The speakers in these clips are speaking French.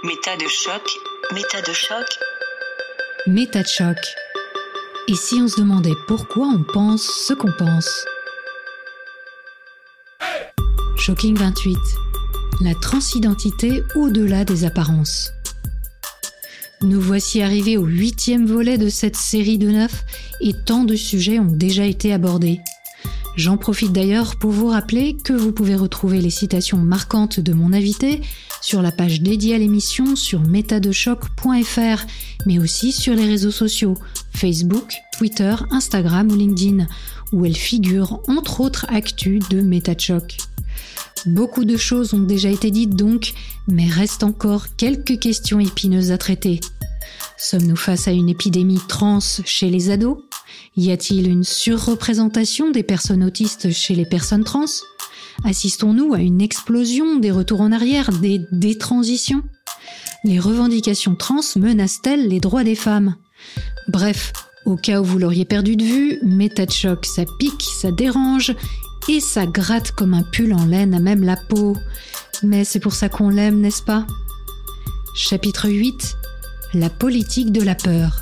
Méta de choc. Méta de choc. Méta de choc. Et si on se demandait pourquoi on pense ce qu'on pense? Shocking 28. La transidentité au-delà des apparences. Nous voici arrivés au 8e volet de cette série de 9 et tant de sujets ont déjà été abordés. J'en profite d'ailleurs pour vous rappeler que vous pouvez retrouver les citations marquantes de mon invité sur la page dédiée à l'émission sur metadechoc.fr, mais aussi sur les réseaux sociaux, Facebook, Twitter, Instagram ou LinkedIn, où elle figure entre autres actus de Méta de Choc. Beaucoup de choses ont déjà été dites donc, mais reste encore quelques questions épineuses à traiter. Sommes-nous face à une épidémie trans chez les ados ? Y a-t-il une surreprésentation des personnes autistes chez les personnes trans ? Assistons-nous à une explosion des retours en arrière, des détransitions ? Les revendications trans menacent-elles les droits des femmes ? Bref, au cas où vous l'auriez perdu de vue, Méta de Choc, ça pique, ça dérange et ça gratte comme un pull en laine à même la peau. Mais c'est pour ça qu'on l'aime, n'est-ce pas ? Chapitre 8. La politique de la peur.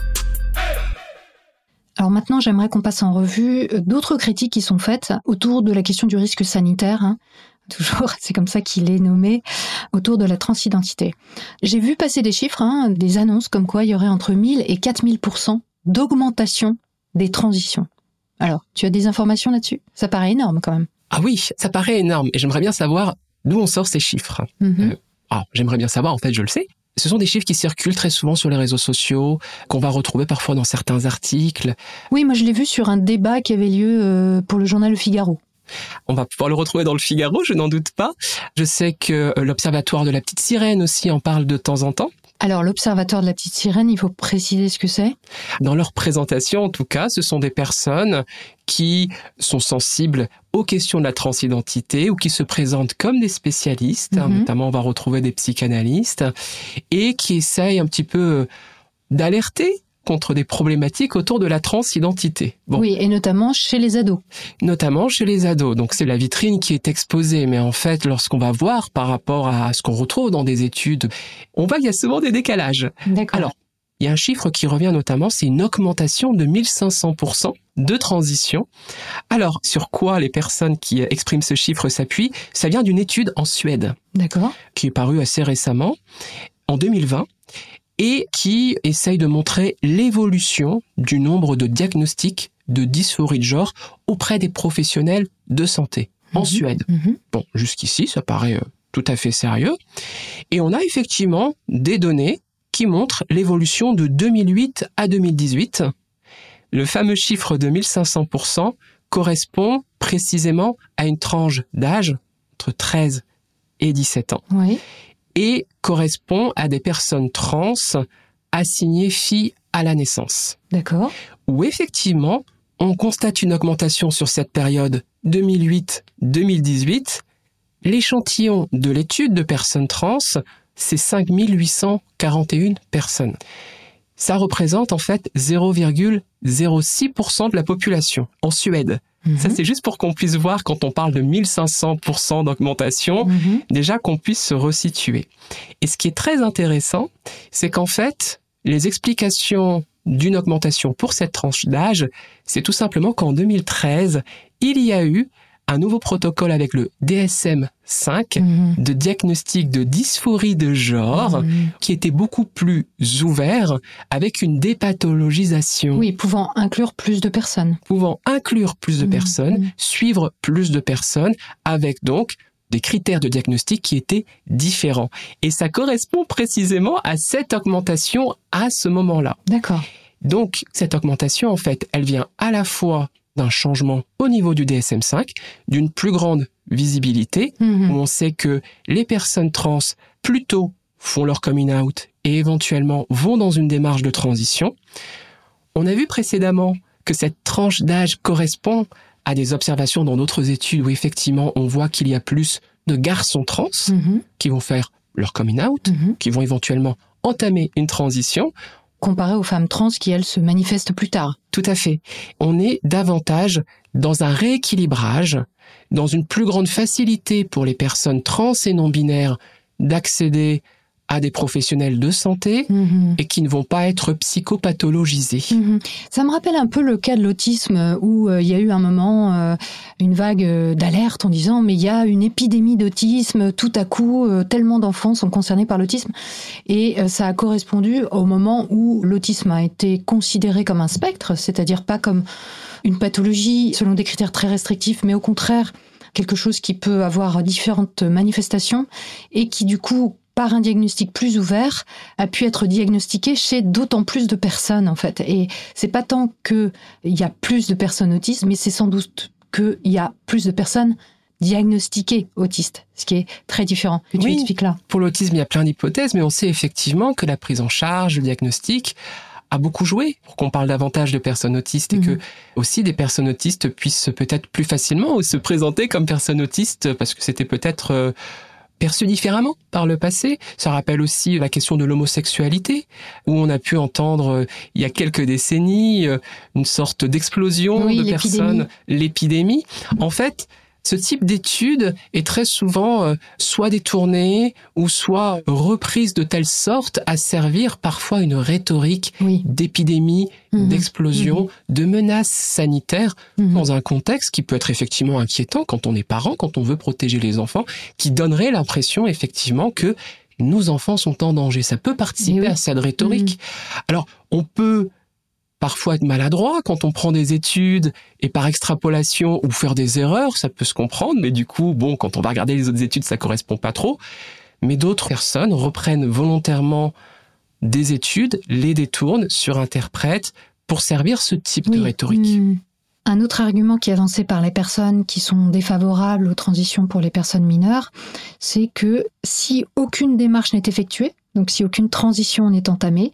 Alors maintenant, j'aimerais qu'on passe en revue d'autres critiques qui sont faites autour de la question du risque sanitaire, toujours, c'est comme ça qu'il est nommé, autour de la transidentité. J'ai vu passer des chiffres, des annonces comme quoi il y aurait entre 1000 et 4000% d'augmentation des transitions. Alors, tu as des informations là-dessus ? Ça paraît énorme quand même. Ah oui, ça paraît énorme et j'aimerais bien savoir d'où on sort ces chiffres. J'aimerais bien savoir, en fait, je le sais. Ce sont des chiffres qui circulent très souvent sur les réseaux sociaux, qu'on va retrouver parfois dans certains articles. Oui, moi je l'ai vu sur un débat qui avait lieu pour le journal Le Figaro. On va pouvoir le retrouver dans Le Figaro, je n'en doute pas. Je sais que l'Observatoire de la Petite Sirène aussi en parle de temps en temps. Alors, l'Observatoire de la Petite Sirène, il faut préciser ce que c'est ? Dans leur présentation, en tout cas, ce sont des personnes qui sont sensibles aux questions de la transidentité ou qui se présentent comme des spécialistes, notamment on va retrouver des psychanalystes, et qui essayent un petit peu d'alerter contre des problématiques autour de la transidentité. Bon. Oui, et notamment chez les ados. Notamment chez les ados. Donc c'est la vitrine qui est exposée. Mais en fait, lorsqu'on va voir par rapport à ce qu'on retrouve dans des études, on voit qu'il y a souvent des décalages. D'accord. Alors, il y a un chiffre qui revient notamment, c'est une augmentation de 1500% de transition. Alors, sur quoi les personnes qui expriment ce chiffre s'appuient ? Ça vient d'une étude en Suède. D'accord. Qui est parue assez récemment, en 2020. Et qui essaye de montrer l'évolution du nombre de diagnostics de dysphorie de genre auprès des professionnels de santé en Suède. Bon, jusqu'ici, ça paraît tout à fait sérieux. Et on a effectivement des données qui montrent l'évolution de 2008 à 2018. Le fameux chiffre de 1500% correspond précisément à une tranche d'âge entre 13 et 17 ans. Oui. Et correspond à des personnes trans assignées filles à la naissance. D'accord. Où effectivement, on constate une augmentation sur cette période 2008-2018. L'échantillon de l'étude de personnes trans, c'est 5841 personnes. Ça représente en fait 0,06% de la population en Suède. Ça, c'est juste pour qu'on puisse voir, quand on parle de 1500% d'augmentation, déjà qu'on puisse se resituer. Et ce qui est très intéressant, c'est qu'en fait, les explications d'une augmentation pour cette tranche d'âge, c'est tout simplement qu'en 2013, il y a eu un nouveau protocole avec le DSM-5 de diagnostic de dysphorie de genre qui était beaucoup plus ouvert avec une dépathologisation. Oui, pouvant inclure plus de personnes. Suivre plus de personnes avec donc des critères de diagnostic qui étaient différents. Et ça correspond précisément à cette augmentation à ce moment-là. D'accord. Donc, cette augmentation, en fait, elle vient à la fois d'un changement au niveau du DSM-5, d'une plus grande visibilité, où on sait que les personnes trans, plutôt, font leur coming out et éventuellement vont dans une démarche de transition. On a vu précédemment que cette tranche d'âge correspond à des observations dans d'autres études où effectivement on voit qu'il y a plus de garçons trans qui vont faire leur coming out, qui vont éventuellement entamer une transition. Comparé aux femmes trans qui, elles, se manifestent plus tard. Tout à fait. On est davantage dans un rééquilibrage, dans une plus grande facilité pour les personnes trans et non-binaires d'accéder à des professionnels de santé et qui ne vont pas être psychopathologisés. Ça me rappelle un peu le cas de l'autisme où il y a eu un moment une vague d'alerte en disant mais il y a une épidémie d'autisme, tout à coup tellement d'enfants sont concernés par l'autisme et ça a correspondu au moment où l'autisme a été considéré comme un spectre, c'est-à-dire pas comme une pathologie selon des critères très restrictifs, mais au contraire quelque chose qui peut avoir différentes manifestations et qui du coup par un diagnostic plus ouvert, a pu être diagnostiqué chez d'autant plus de personnes, en fait. Et c'est pas tant qu'il y a plus de personnes autistes, mais c'est sans doute qu'il y a plus de personnes diagnostiquées autistes, ce qui est très différent que tu expliques là. Pour l'autisme, il y a plein d'hypothèses, mais on sait effectivement que la prise en charge, le diagnostic a beaucoup joué pour qu'on parle davantage de personnes autistes et que aussi des personnes autistes puissent peut-être plus facilement se présenter comme personnes autistes parce que c'était peut-être perçu différemment par le passé. Ça rappelle aussi la question de l'homosexualité, où on a pu entendre, il y a quelques décennies, une sorte d'explosion de personnes, l'épidémie. En fait, ce type d'étude est très souvent soit détournée ou soit reprise de telle sorte à servir parfois une rhétorique d'épidémie, d'explosion, de menaces sanitaires dans un contexte qui peut être effectivement inquiétant quand on est parent, quand on veut protéger les enfants, qui donnerait l'impression effectivement que nos enfants sont en danger. Ça peut participer à cette rhétorique. Alors, on peut parfois être maladroit quand on prend des études et par extrapolation ou faire des erreurs, ça peut se comprendre, mais du coup, bon, quand on va regarder les autres études, ça correspond pas trop. Mais d'autres personnes reprennent volontairement des études, les détournent, surinterprètent pour servir ce type de rhétorique. Un autre argument qui est avancé par les personnes qui sont défavorables aux transitions pour les personnes mineures, c'est que si aucune démarche n'est effectuée, donc si aucune transition n'est entamée,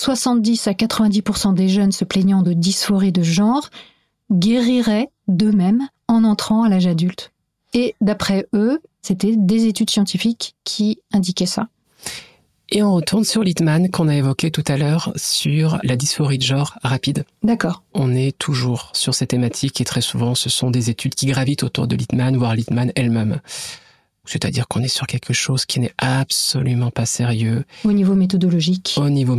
70 à 90% des jeunes se plaignant de dysphorie de genre guériraient d'eux-mêmes en entrant à l'âge adulte. Et d'après eux, c'était des études scientifiques qui indiquaient ça. Et on retourne sur Littmann qu'on a évoqué tout à l'heure sur la dysphorie de genre rapide. D'accord. On est toujours sur ces thématiques et très souvent ce sont des études qui gravitent autour de Littmann, voire Littmann elle-même. C'est-à-dire qu'on est sur quelque chose qui n'est absolument pas sérieux. Au niveau méthodologique.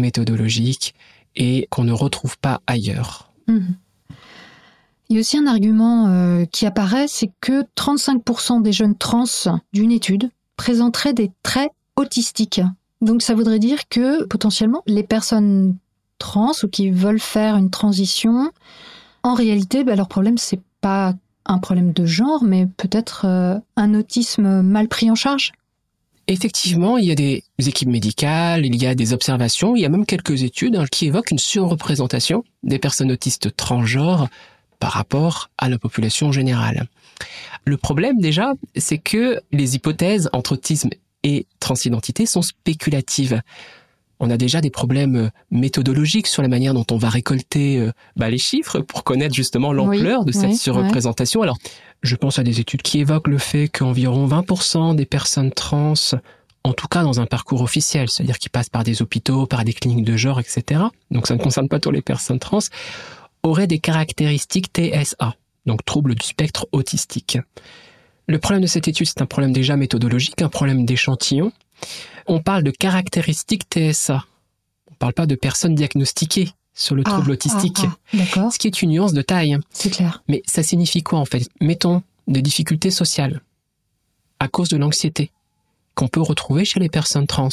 Et qu'on ne retrouve pas ailleurs. Il y a aussi un argument qui apparaît, c'est que 35% des jeunes trans d'une étude présenteraient des traits autistiques. Donc ça voudrait dire que potentiellement les personnes trans ou qui veulent faire une transition, en réalité, leur problème c'est pas un problème de genre, mais peut-être un autisme mal pris en charge. Effectivement, il y a des équipes médicales, il y a des observations, il y a même quelques études qui évoquent une surreprésentation des personnes autistes transgenres par rapport à la population générale. Le problème déjà, c'est que les hypothèses entre autisme et transidentité sont spéculatives. On a déjà des problèmes méthodologiques sur la manière dont on va récolter les chiffres pour connaître justement l'ampleur de cette surreprésentation. Alors, je pense à des études qui évoquent le fait qu'environ 20% des personnes trans, en tout cas dans un parcours officiel, c'est-à-dire qui passent par des hôpitaux, par des cliniques de genre, etc., donc ça ne concerne pas toutes les personnes trans, auraient des caractéristiques TSA, donc troubles du spectre autistique. Le problème de cette étude, c'est un problème déjà méthodologique, un problème d'échantillon. On parle de caractéristiques TSA. On ne parle pas de personnes diagnostiquées sur le trouble autistique. D'accord. Ce qui est une nuance de taille. C'est clair. Mais ça signifie quoi en fait ? Mettons des difficultés sociales à cause de l'anxiété qu'on peut retrouver chez les personnes trans.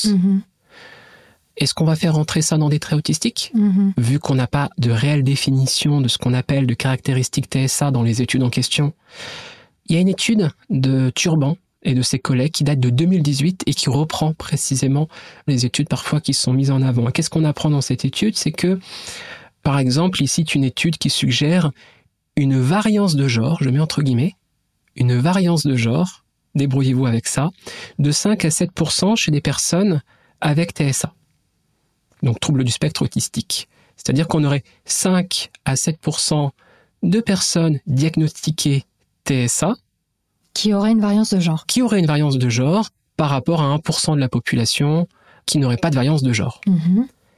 Est-ce qu'on va faire rentrer ça dans des traits autistiques ? Vu qu'on n'a pas de réelle définition de ce qu'on appelle de caractéristiques TSA dans les études en question. Il y a une étude de Turban et de ses collègues qui date de 2018 et qui reprend précisément les études parfois qui sont mises en avant. Et qu'est-ce qu'on apprend dans cette étude ? C'est que, par exemple, il cite une étude qui suggère une variance de genre, je mets entre guillemets, une variance de genre, débrouillez-vous avec ça, de 5 à 7% chez des personnes avec TSA. Donc trouble du spectre autistique. C'est-à-dire qu'on aurait 5 à 7% de personnes diagnostiquées TSA qui aurait une variance de genre. Qui aurait une variance de genre par rapport à 1% de la population qui n'aurait pas de variance de genre.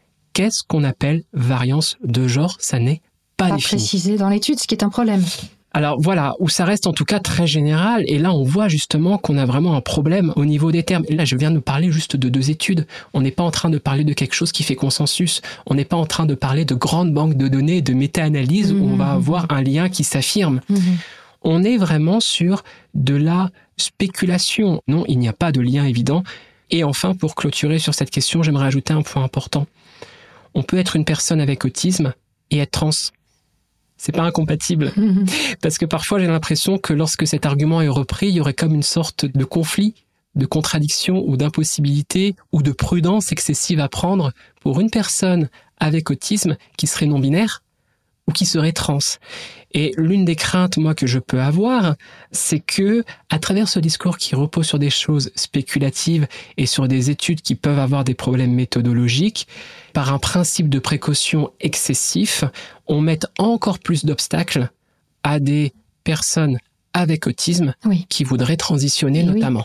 Qu'est-ce qu'on appelle variance de genre ? Ça n'est pas défini. Précisé dans l'étude, ce qui est un problème. Alors voilà, où ça reste en tout cas très général, et là on voit justement qu'on a vraiment un problème au niveau des termes. Et là je viens de parler juste de 2 études, on n'est pas en train de parler de quelque chose qui fait consensus, on n'est pas en train de parler de grandes banques de données, de méta-analyse où on va avoir un lien qui s'affirme. On est vraiment sur de la spéculation. Non, il n'y a pas de lien évident. Et enfin, pour clôturer sur cette question, j'aimerais ajouter un point important. On peut être une personne avec autisme et être trans. C'est pas incompatible. Parce que parfois, j'ai l'impression que lorsque cet argument est repris, il y aurait comme une sorte de conflit, de contradiction ou d'impossibilité ou de prudence excessive à prendre pour une personne avec autisme qui serait non-binaire ou qui serait trans. Et l'une des craintes, moi, que je peux avoir, c'est que, à travers ce discours qui repose sur des choses spéculatives et sur des études qui peuvent avoir des problèmes méthodologiques, par un principe de précaution excessif, on mette encore plus d'obstacles à des personnes avec autisme qui voudraient transitionner notamment.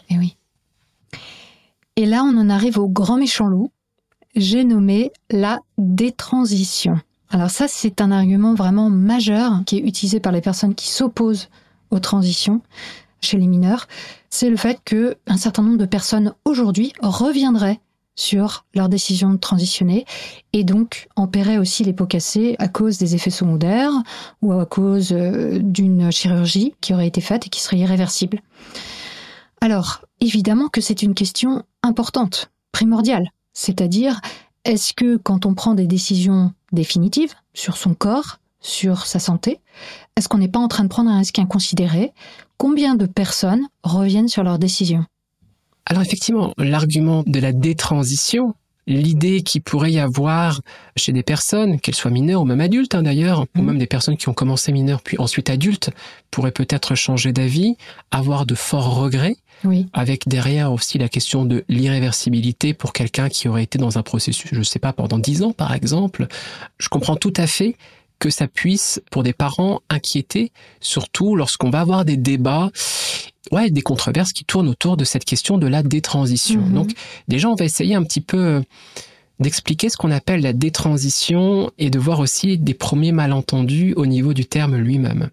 Et là, on en arrive au grand méchant loup. J'ai nommé la détransition. Alors ça, c'est un argument vraiment majeur qui est utilisé par les personnes qui s'opposent aux transitions chez les mineurs. C'est le fait qu'un certain nombre de personnes aujourd'hui reviendraient sur leur décision de transitionner et donc en paieraient aussi les pots cassés à cause des effets secondaires ou à cause d'une chirurgie qui aurait été faite et qui serait irréversible. Alors, évidemment que c'est une question importante, primordiale. C'est-à-dire, est-ce que quand on prend des décisions définitives sur son corps, sur sa santé, est-ce qu'on n'est pas en train de prendre un risque inconsidéré ? Combien de personnes reviennent sur leurs décisions ? Alors effectivement, l'argument de la détransition, l'idée qu'il pourrait y avoir chez des personnes, qu'elles soient mineures ou même adultes d'ailleurs, ou même des personnes qui ont commencé mineures puis ensuite adultes, pourraient peut-être changer d'avis, avoir de forts regrets, avec derrière aussi la question de l'irréversibilité pour quelqu'un qui aurait été dans un processus, je ne sais pas, pendant 10 ans par exemple. Je comprends tout à fait que ça puisse, pour des parents, inquiéter, surtout lorsqu'on va avoir des débats, des controverses qui tournent autour de cette question de la détransition. Donc déjà, on va essayer un petit peu d'expliquer ce qu'on appelle la détransition et de voir aussi des premiers malentendus au niveau du terme lui-même.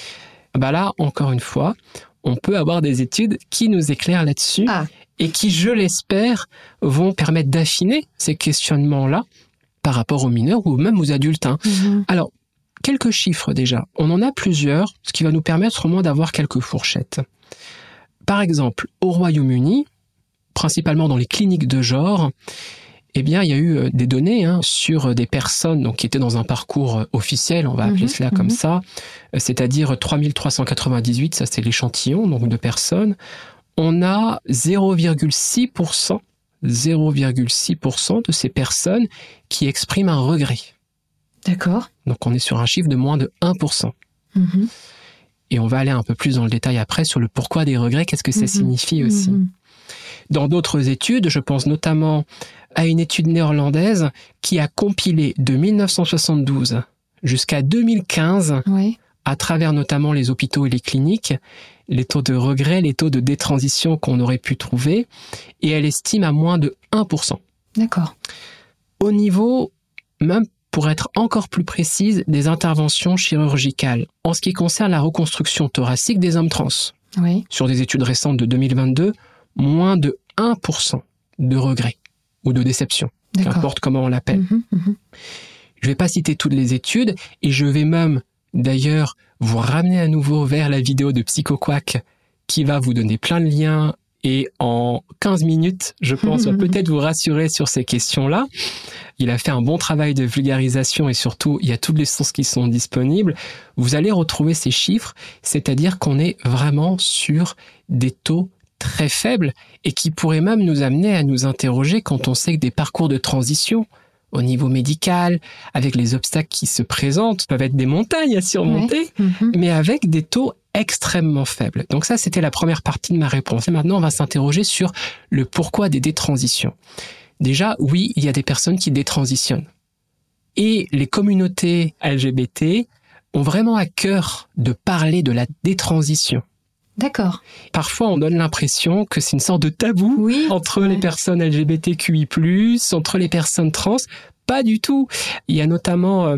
Là, encore une fois, on peut avoir des études qui nous éclairent là-dessus et qui, je l'espère, vont permettre d'affiner ces questionnements-là par rapport aux mineurs ou même aux adultes. Alors, quelques chiffres déjà. On en a plusieurs, ce qui va nous permettre au moins d'avoir quelques fourchettes. Par exemple, au Royaume-Uni, principalement dans les cliniques de genre, il y a eu des données sur des personnes qui étaient dans un parcours officiel, on va appeler cela comme ça, c'est-à-dire 3398, ça c'est l'échantillon de personnes. On a 0,6% de ces personnes qui expriment un regret. D'accord. Donc on est sur un chiffre de moins de 1%. Et on va aller un peu plus dans le détail après sur le pourquoi des regrets, qu'est-ce que ça signifie aussi. Dans d'autres études, je pense notamment à une étude néerlandaise qui a compilé de 1972 jusqu'à 2015, à travers notamment les hôpitaux et les cliniques, les taux de regret, les taux de détransition qu'on aurait pu trouver, et elle estime à moins de 1%. D'accord. Au niveau, même pour être encore plus précise, des interventions chirurgicales, en ce qui concerne la reconstruction thoracique des hommes trans. Sur des études récentes de 2022, moins de 1% de regret ou de déception, qu'importe comment on l'appelle. Je ne vais pas citer toutes les études, et je vais même d'ailleurs vous ramener à nouveau vers la vidéo de PsychoQuack qui va vous donner plein de liens et en 15 minutes, je pense, va peut-être vous rassurer sur ces questions-là. Il a fait un bon travail de vulgarisation et surtout, il y a toutes les sources qui sont disponibles. Vous allez retrouver ces chiffres, c'est-à-dire qu'on est vraiment sur des taux très faibles et qui pourraient même nous amener à nous interroger quand on sait que des parcours de transition au niveau médical, avec les obstacles qui se présentent, peuvent être des montagnes à surmonter, mais avec des taux extrêmement faibles. Donc ça, c'était la première partie de ma réponse. Et maintenant, on va s'interroger sur le pourquoi des détransitions. Déjà, oui, il y a des personnes qui détransitionnent. Et les communautés LGBT ont vraiment à cœur de parler de la détransition. D'accord. Parfois, on donne l'impression que c'est une sorte de tabou entre les personnes LGBTQI+, entre les personnes trans. Pas du tout. Il y a notamment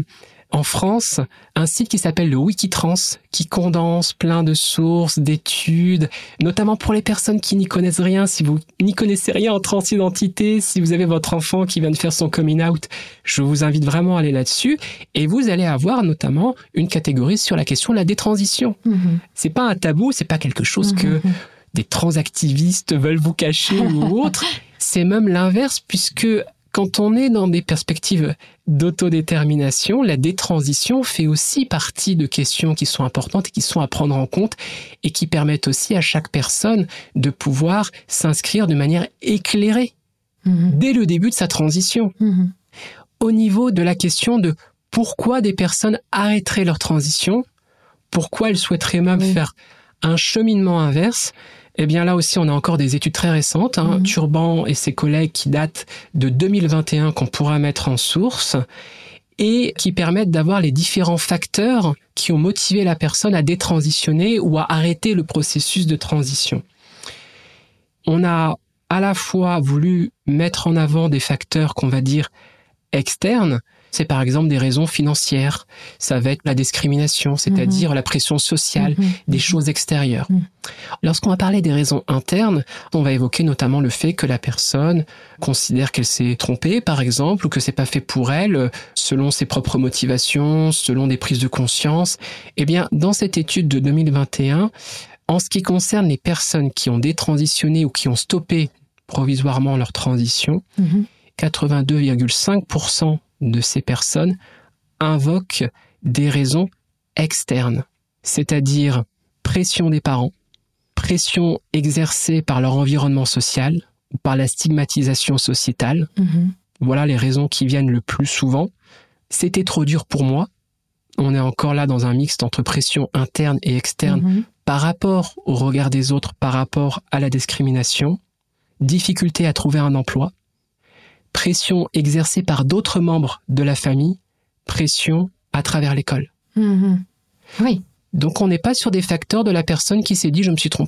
en France un site qui s'appelle le Wikitrans, qui condense plein de sources, d'études, notamment pour les personnes qui n'y connaissent rien. Si vous n'y connaissez rien en transidentité, si vous avez votre enfant qui vient de faire son coming out, je vous invite vraiment à aller là-dessus. Et vous allez avoir notamment une catégorie sur la question de la détransition. C'est pas un tabou, c'est pas quelque chose que des transactivistes veulent vous cacher ou autre. C'est même l'inverse, puisque quand on est dans des perspectives d'autodétermination, la détransition fait aussi partie de questions qui sont importantes et qui sont à prendre en compte et qui permettent aussi à chaque personne de pouvoir s'inscrire de manière éclairée dès le début de sa transition. Au niveau de la question de pourquoi des personnes arrêteraient leur transition, pourquoi elles souhaiteraient même faire un cheminement inverse, eh bien là aussi on a encore des études très récentes, Turban et ses collègues qui datent de 2021 qu'on pourra mettre en source et qui permettent d'avoir les différents facteurs qui ont motivé la personne à détransitionner ou à arrêter le processus de transition. On a à la fois voulu mettre en avant des facteurs qu'on va dire externes. C'est par exemple des raisons financières, ça va être la discrimination, c'est-à-dire la pression sociale, des choses extérieures. Lorsqu'on va parler des raisons internes, on va évoquer notamment le fait que la personne considère qu'elle s'est trompée, par exemple, ou que c'est pas fait pour elle, selon ses propres motivations, selon des prises de conscience. Eh bien, dans cette étude de 2021, en ce qui concerne les personnes qui ont détransitionné ou qui ont stoppé provisoirement leur transition, 82,5% de ces personnes invoquent des raisons externes, c'est-à-dire pression des parents, pression exercée par leur environnement social ou par la stigmatisation sociétale. Voilà les raisons qui viennent le plus souvent. C'était trop dur pour moi. On est encore là dans un mixte entre pression interne et externe par rapport au regard des autres, par rapport à la discrimination, difficulté à trouver un emploi, pression exercée par d'autres membres de la famille, pression à travers l'école. Oui. Donc on n'est pas sur des facteurs de la personne qui s'est dit « je me suis trompée ».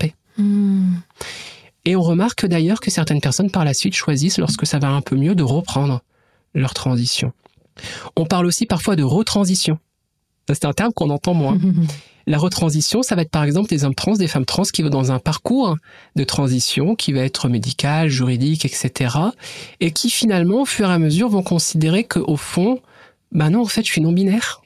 Et on remarque d'ailleurs que certaines personnes par la suite choisissent, lorsque ça va un peu mieux, de reprendre leur transition. On parle aussi parfois de retransition. Ça, c'est un terme qu'on entend moins. La retransition, ça va être par exemple des hommes trans, des femmes trans qui vont dans un parcours de transition qui va être médical, juridique, etc. et qui finalement, au fur et à mesure, vont considérer qu'au fond, non, en fait, je suis non-binaire.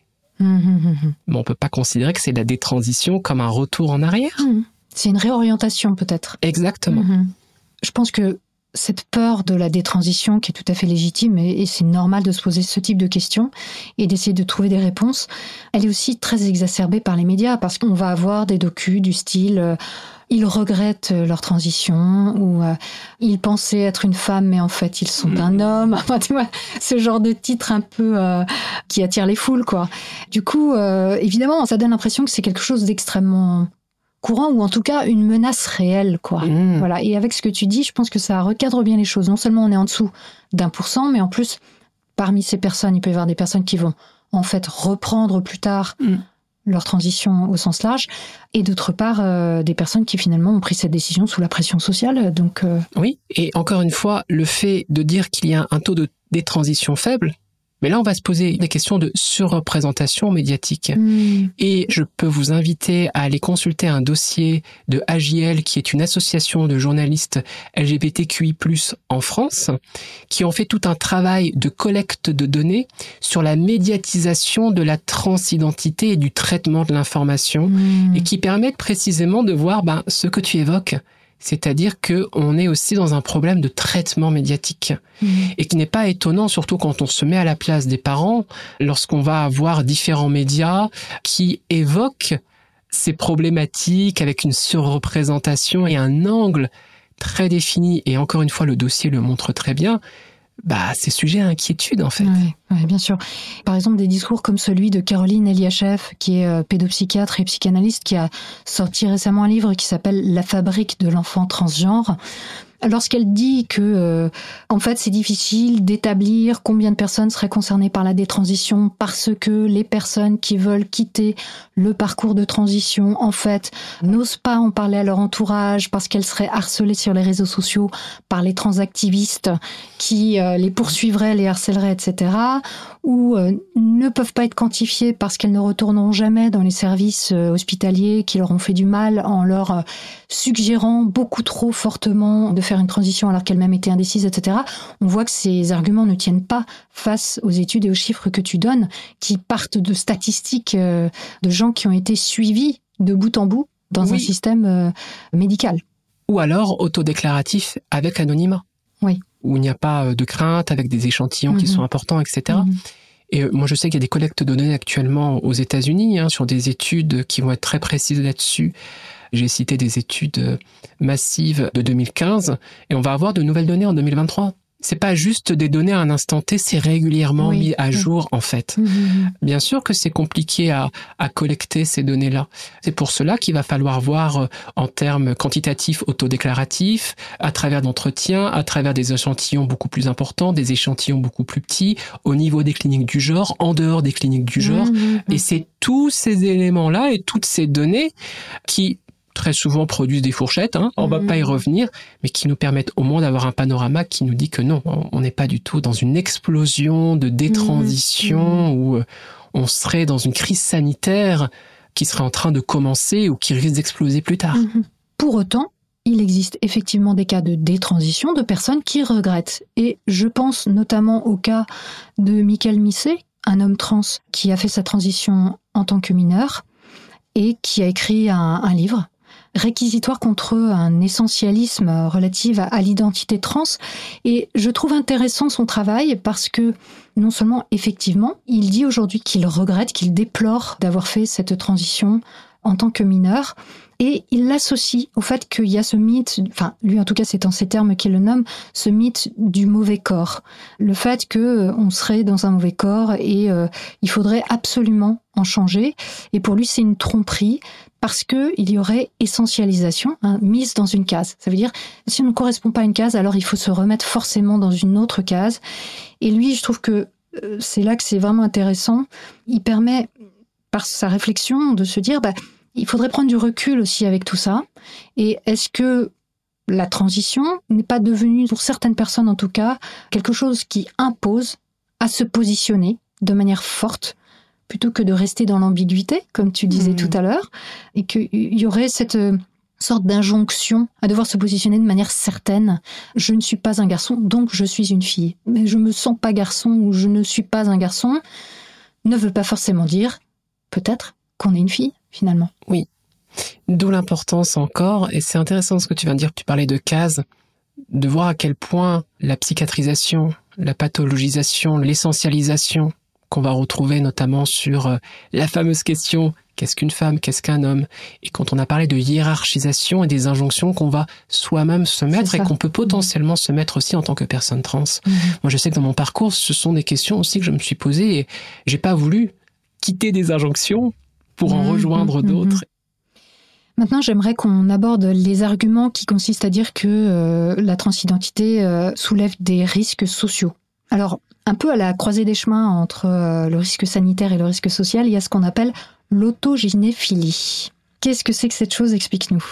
Mais on peut pas considérer que c'est la détransition comme un retour en arrière. C'est une réorientation peut-être. Exactement. Je pense que cette peur de la détransition qui est tout à fait légitime et c'est normal de se poser ce type de questions et d'essayer de trouver des réponses, elle est aussi très exacerbée par les médias parce qu'on va avoir des docus du style ils regrettent leur transition ou ils pensaient être une femme mais en fait ils sont un homme. Enfin, tu vois, ce genre de titre un peu qui attire les foules, quoi. Du coup, évidemment, ça donne l'impression que c'est quelque chose d'extrêmement courant ou en tout cas une menace réelle, quoi. Voilà. Et avec ce que tu dis, je pense que ça recadre bien les choses. Non seulement on est en dessous d'1%, mais en plus, parmi ces personnes, il peut y avoir des personnes qui vont en fait reprendre plus tard leur transition au sens large, et d'autre part, des personnes qui finalement ont pris cette décision sous la pression sociale. Donc, oui, et encore une fois, le fait de dire qu'il y a un taux de détransition faible, mais là, on va se poser des questions de surreprésentation médiatique. Et je peux vous inviter à aller consulter un dossier de AJL, qui est une association de journalistes LGBTQI+, en France, qui ont fait tout un travail de collecte de données sur la médiatisation de la transidentité et du traitement de l'information, et qui permettent précisément de voir ce que tu évoques. C'est-à-dire qu'on est aussi dans un problème de traitement médiatique et qui n'est pas étonnant, surtout quand on se met à la place des parents, lorsqu'on va avoir différents médias qui évoquent ces problématiques avec une surreprésentation et un angle très défini. Et encore une fois, le dossier le montre très bien. C'est sujet à inquiétude, en fait. Oui, bien sûr. Par exemple, des discours comme celui de Caroline Eliachev, qui est pédopsychiatre et psychanalyste, qui a sorti récemment un livre qui s'appelle « La fabrique de l'enfant transgenre ». lorsqu'elle dit que, en fait, c'est difficile d'établir combien de personnes seraient concernées par la détransition parce que les personnes qui veulent quitter le parcours de transition, en fait, n'osent pas en parler à leur entourage parce qu'elles seraient harcelées sur les réseaux sociaux par les transactivistes qui les poursuivraient, les harcèleraient, etc., ou ne peuvent pas être quantifiées parce qu'elles ne retourneront jamais dans les services hospitaliers qui leur ont fait du mal en leur suggérant beaucoup trop fortement de faire une transition alors qu'elles-mêmes étaient indécises, etc. On voit que ces arguments ne tiennent pas face aux études et aux chiffres que tu donnes, qui partent de statistiques de gens qui ont été suivis de bout en bout dans un système médical. Ou alors autodéclaratif avec anonymat. Oui. Où il n'y a pas de crainte, avec des échantillons qui sont importants, etc. Et moi, je sais qu'il y a des collectes de données actuellement aux États-Unis sur des études qui vont être très précises là-dessus. J'ai cité des études massives de 2015 et on va avoir de nouvelles données en 2023. C'est pas juste des données à un instant T, c'est régulièrement mis à jour, en fait. Bien sûr que c'est compliqué à collecter ces données-là. C'est pour cela qu'il va falloir voir en termes quantitatifs, autodéclaratifs, à travers d'entretiens, à travers des échantillons beaucoup plus importants, des échantillons beaucoup plus petits, au niveau des cliniques du genre, en dehors des cliniques du genre. Et c'est tous ces éléments-là et toutes ces données qui très souvent produisent des fourchettes, on va pas y revenir, mais qui nous permettent au moins d'avoir un panorama qui nous dit que non, on n'est pas du tout dans une explosion de détransition où on serait dans une crise sanitaire qui serait en train de commencer ou qui risque d'exploser plus tard. Pour autant, il existe effectivement des cas de détransition de personnes qui regrettent. Et je pense notamment au cas de Michael Misset, un homme trans qui a fait sa transition en tant que mineur et qui a écrit un livre réquisitoire contre un essentialisme relatif à l'identité trans. Et je trouve intéressant son travail parce que non seulement, effectivement, il dit aujourd'hui qu'il regrette, qu'il déplore d'avoir fait cette transition en tant que mineur. Et il l'associe au fait qu'il y a ce mythe, enfin, lui en tout cas c'est en ces termes qu'il le nomme, ce mythe du mauvais corps. Le fait qu'on serait dans un mauvais corps et il faudrait absolument en changer. Et pour lui c'est une tromperie parce qu'il y aurait essentialisation, mise dans une case. Ça veut dire, si on ne correspond pas à une case, alors il faut se remettre forcément dans une autre case. Et lui, je trouve que c'est là que c'est vraiment intéressant. Il permet, par sa réflexion, de se dire, il faudrait prendre du recul aussi avec tout ça. Et est-ce que la transition n'est pas devenue, pour certaines personnes en tout cas, quelque chose qui impose à se positionner de manière forte, plutôt que de rester dans l'ambiguïté, comme tu disais tout à l'heure, et qu'il y aurait cette sorte d'injonction à devoir se positionner de manière certaine. Je ne suis pas un garçon, donc je suis une fille. Mais je me sens pas garçon ou je ne suis pas un garçon ne veut pas forcément dire, peut-être, qu'on est une fille, finalement. Oui. D'où l'importance encore, et c'est intéressant ce que tu viens de dire, tu parlais de cases, de voir à quel point la psychiatrisation, la pathologisation, l'essentialisation qu'on va retrouver notamment sur la fameuse question « qu'est-ce qu'une femme, qu'est-ce qu'un homme ?» Et quand on a parlé de hiérarchisation et des injonctions qu'on va soi-même se mettre et qu'on peut potentiellement se mettre aussi en tant que personne trans. Moi, je sais que dans mon parcours, ce sont des questions aussi que je me suis posées et j'ai pas voulu quitter des injonctions pour en rejoindre d'autres. Maintenant, j'aimerais qu'on aborde les arguments qui consistent à dire que la transidentité soulève des risques sociaux. Alors, un peu à la croisée des chemins entre le risque sanitaire et le risque social, il y a ce qu'on appelle l'autogénéphilie. Qu'est-ce que c'est que cette chose ? Explique-nous.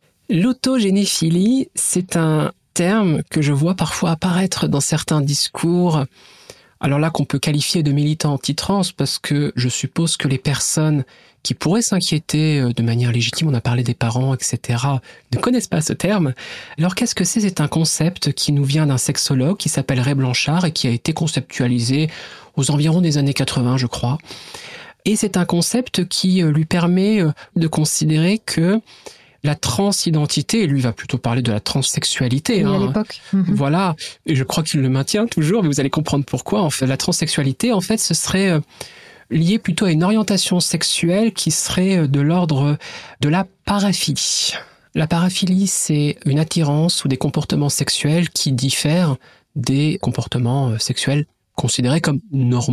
L'autogénéphilie, c'est un terme que je vois parfois apparaître dans certains discours. Alors là, qu'on peut qualifier de militants anti-trans, parce que je suppose que les personnes qui pourraient s'inquiéter de manière légitime, on a parlé des parents, etc., ne connaissent pas ce terme. Alors qu'est-ce que c'est ? C'est un concept qui nous vient d'un sexologue qui s'appelle Ray Blanchard et qui a été conceptualisé aux environs des années 80, je crois. Et c'est un concept qui lui permet de considérer que la transidentité, et lui va plutôt parler de la transsexualité. Oui, à l'époque. Voilà, et je crois qu'il le maintient toujours, mais vous allez comprendre pourquoi. En fait, la transsexualité, en fait, ce serait lié plutôt à une orientation sexuelle qui serait de l'ordre de la paraphilie. La paraphilie, c'est une attirance ou des comportements sexuels qui diffèrent des comportements sexuels considérés comme normaux,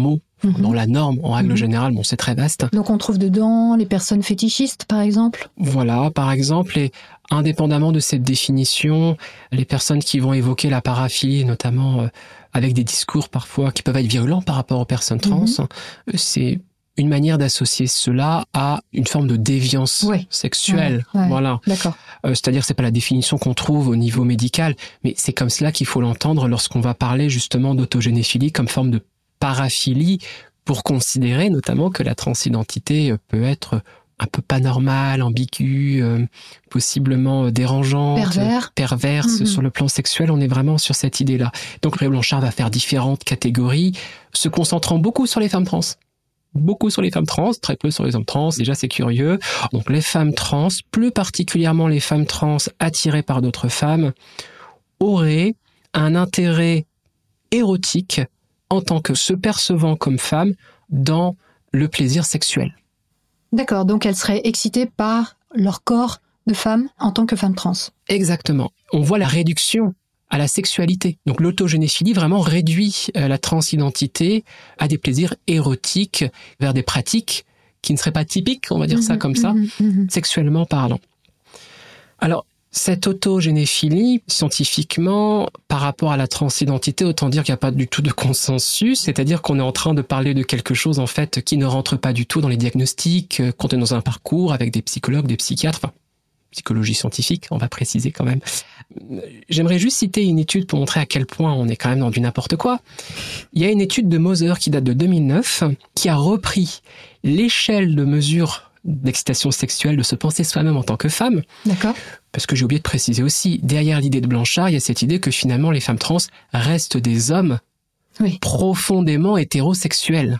dans la norme, en règle générale, bon, c'est très vaste. Donc on trouve dedans les personnes fétichistes, par exemple ? Voilà, par exemple, et indépendamment de cette définition, les personnes qui vont évoquer la paraphilie, notamment avec des discours parfois qui peuvent être virulents par rapport aux personnes trans, c'est une manière d'associer cela à une forme de déviance sexuelle. Voilà. D'accord. C'est-à-dire, c'est pas la définition qu'on trouve au niveau médical, mais c'est comme cela qu'il faut l'entendre lorsqu'on va parler justement d'autogénéphilie comme forme de paraphilie, pour considérer notamment que la transidentité peut être un peu pas normale, ambiguë, possiblement dérangeante, perverse sur le plan sexuel. On est vraiment sur cette idée-là. Donc Ray Blanchard va faire différentes catégories, se concentrant beaucoup sur les femmes trans. Beaucoup sur les femmes trans, très peu sur les hommes trans. Déjà, c'est curieux. Donc les femmes trans, plus particulièrement les femmes trans attirées par d'autres femmes, auraient un intérêt érotique en tant que se percevant comme femme dans le plaisir sexuel. D'accord, donc elles seraient excitées par leur corps de femme en tant que femme trans. Exactement. On voit la réduction à la sexualité. Donc l'autogénéphilie vraiment réduit la transidentité à des plaisirs érotiques vers des pratiques qui ne seraient pas typiques, on va dire ça comme ça, sexuellement parlant. Alors, cette autogénéphilie, scientifiquement, par rapport à la transidentité, autant dire qu'il n'y a pas du tout de consensus, c'est-à-dire qu'on est en train de parler de quelque chose, en fait, qui ne rentre pas du tout dans les diagnostics, quand on est dans un parcours avec des psychologues, des psychiatres, enfin, psychologie scientifique, on va préciser quand même. J'aimerais juste citer une étude pour montrer à quel point on est quand même dans du n'importe quoi. Il y a une étude de Moser qui date de 2009, qui a repris l'échelle de mesure d'excitation sexuelle, de se penser soi-même en tant que femme. D'accord. Parce que j'ai oublié de préciser aussi, derrière l'idée de Blanchard, il y a cette idée que finalement les femmes trans restent des hommes profondément hétérosexuels.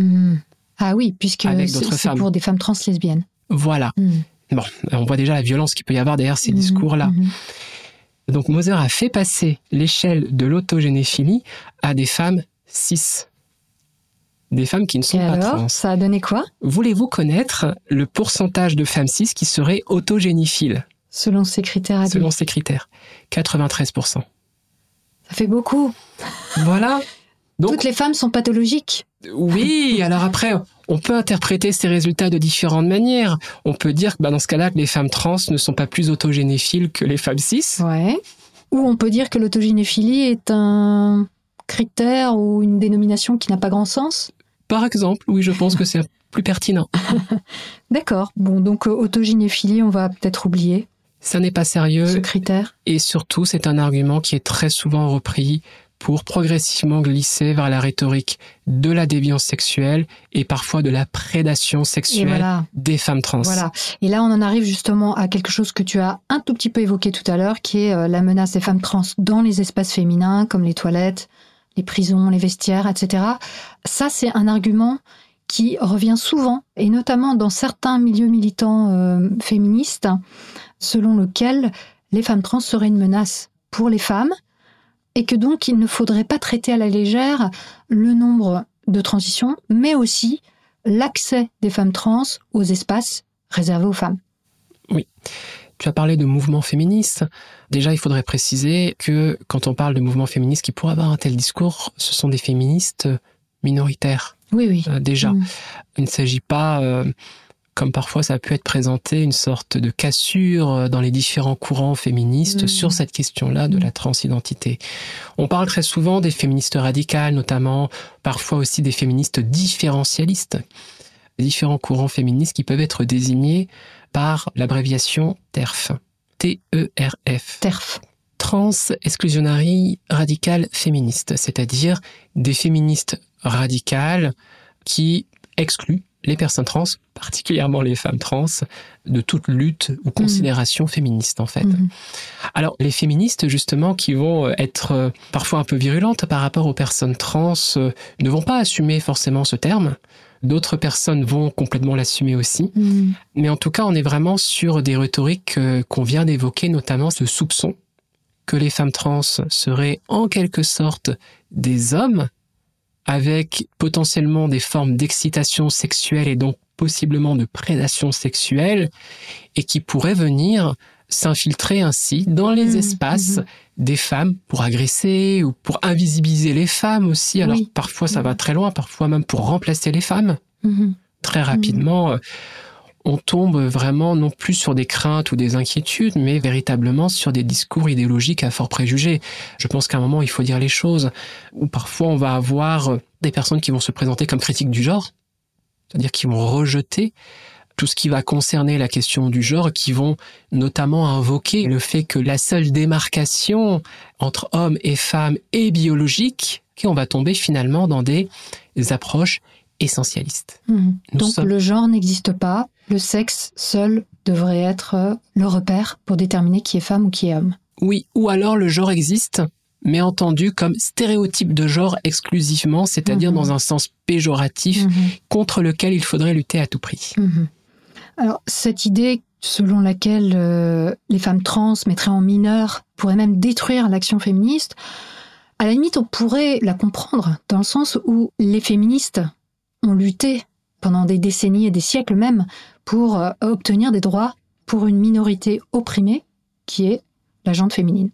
Ah oui, puisque c'est pour des femmes trans lesbiennes. Voilà. Bon, on voit déjà la violence qu'il peut y avoir derrière ces discours-là. Donc Moser a fait passer l'échelle de l'autogénéphilie à des femmes cis. Des femmes qui ne sont pas trans. Ça a donné quoi ? Voulez-vous connaître le pourcentage de femmes cis qui seraient autogénéphiles ? Selon ces critères. Selon ces critères. 93%. Ça fait beaucoup. Voilà. Donc, toutes les femmes sont pathologiques. Oui, alors après, on peut interpréter ces résultats de différentes manières. On peut dire que dans ce cas-là, que les femmes trans ne sont pas plus autogénéphiles que les femmes cis. Ouais. Ou on peut dire que l'autogénéphilie est un critère ou une dénomination qui n'a pas grand sens. Par exemple, oui, je pense que c'est plus pertinent. D'accord. Bon, donc autogénéphilie, on va peut-être oublier. Ça n'est pas sérieux. Ce critère. Et surtout, c'est un argument qui est très souvent repris pour progressivement glisser vers la rhétorique de la déviance sexuelle et parfois de la prédation sexuelle des femmes trans. Voilà. Et là, on en arrive justement à quelque chose que tu as un tout petit peu évoqué tout à l'heure, qui est la menace des femmes trans dans les espaces féminins, comme les toilettes, les prisons, les vestiaires, etc. Ça, c'est un argument qui revient souvent, et notamment dans certains milieux militants féministes, selon lequel les femmes trans seraient une menace pour les femmes, et que donc il ne faudrait pas traiter à la légère le nombre de transitions, mais aussi l'accès des femmes trans aux espaces réservés aux femmes. Oui. Tu as parlé de mouvement féministe. Déjà, il faudrait préciser que quand on parle de mouvement féministe qui pourrait avoir un tel discours, ce sont des féministes minoritaires. Oui. Déjà. Il ne s'agit pas, comme parfois ça a pu être présenté, une sorte de cassure dans les différents courants féministes sur cette question-là de la transidentité. On parle très souvent des féministes radicales, notamment, parfois aussi des féministes différentialistes. Différents courants féministes qui peuvent être désignés par l'abréviation TERF. T-E-R-F. TERF. Trans-exclusionary radical féministe, c'est-à-dire des féministes radicales qui excluent les personnes trans, particulièrement les femmes trans, de toute lutte ou considération féministe, en fait. Alors, les féministes, justement, qui vont être parfois un peu virulentes par rapport aux personnes trans, ne vont pas assumer forcément ce terme. D'autres personnes vont complètement l'assumer aussi. Mais en tout cas, on est vraiment sur des rhétoriques qu'on vient d'évoquer, notamment ce soupçon que les femmes trans seraient en quelque sorte des hommes avec potentiellement des formes d'excitation sexuelle et donc possiblement de prédation sexuelle et qui pourraient venir s'infiltrer ainsi dans les espaces des femmes pour agresser ou pour invisibiliser les femmes aussi. Alors parfois ça va très loin, parfois même pour remplacer les femmes. Très rapidement, on tombe vraiment non plus sur des craintes ou des inquiétudes, mais véritablement sur des discours idéologiques à fort préjugés. Je pense qu'à un moment, il faut dire les choses, où parfois on va avoir des personnes qui vont se présenter comme critiques du genre, c'est-à-dire qui vont rejeter tout ce qui va concerner la question du genre, qui vont notamment invoquer le fait que la seule démarcation entre hommes et femmes est biologique, qu'on va tomber finalement dans des approches essentialistes. Donc le genre n'existe pas, le sexe seul devrait être le repère pour déterminer qui est femme ou qui est homme. Oui, ou alors le genre existe, mais entendu comme stéréotype de genre exclusivement, c'est-à-dire dans un sens péjoratif, contre lequel il faudrait lutter à tout prix. Alors, cette idée selon laquelle les femmes trans mettraient en mineur pourrait même détruire l'action féministe, à la limite, on pourrait la comprendre, dans le sens où les féministes ont lutté pendant des décennies et des siècles même pour obtenir des droits pour une minorité opprimée, qui est la gente féminine.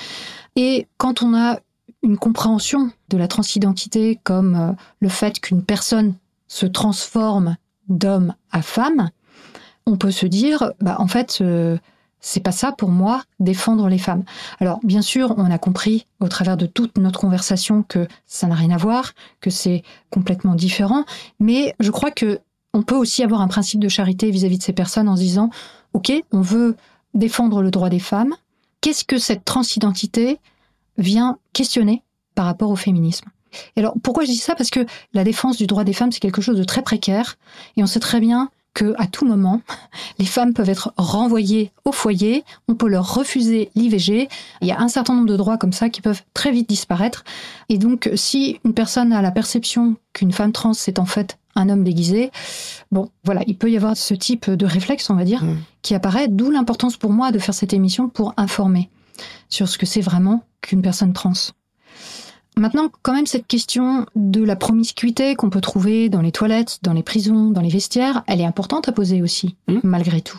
Et quand on a une compréhension de la transidentité comme le fait qu'une personne se transforme d'homme à femme, on peut se dire, en fait, c'est pas ça pour moi, défendre les femmes. Alors, bien sûr, on a compris au travers de toute notre conversation que ça n'a rien à voir, que c'est complètement différent, mais je crois que on peut aussi avoir un principe de charité vis-à-vis de ces personnes en se disant, ok, on veut défendre le droit des femmes, qu'est-ce que cette transidentité vient questionner par rapport au féminisme ? Et alors, pourquoi je dis ça ? Parce que la défense du droit des femmes, c'est quelque chose de très précaire, et on sait très bien qu'à tout moment, les femmes peuvent être renvoyées au foyer, on peut leur refuser l'IVG, il y a un certain nombre de droits comme ça qui peuvent très vite disparaître. Et donc, si une personne a la perception qu'une femme trans, c'est en fait un homme déguisé, bon, voilà, il peut y avoir ce type de réflexe, on va dire, qui apparaît, d'où l'importance pour moi de faire cette émission pour informer sur ce que c'est vraiment qu'une personne trans. Maintenant, quand même, cette question de la promiscuité qu'on peut trouver dans les toilettes, dans les prisons, dans les vestiaires, elle est importante à poser aussi, malgré tout.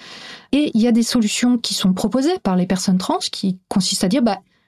Et il y a des solutions qui sont proposées par les personnes trans qui consistent à dire,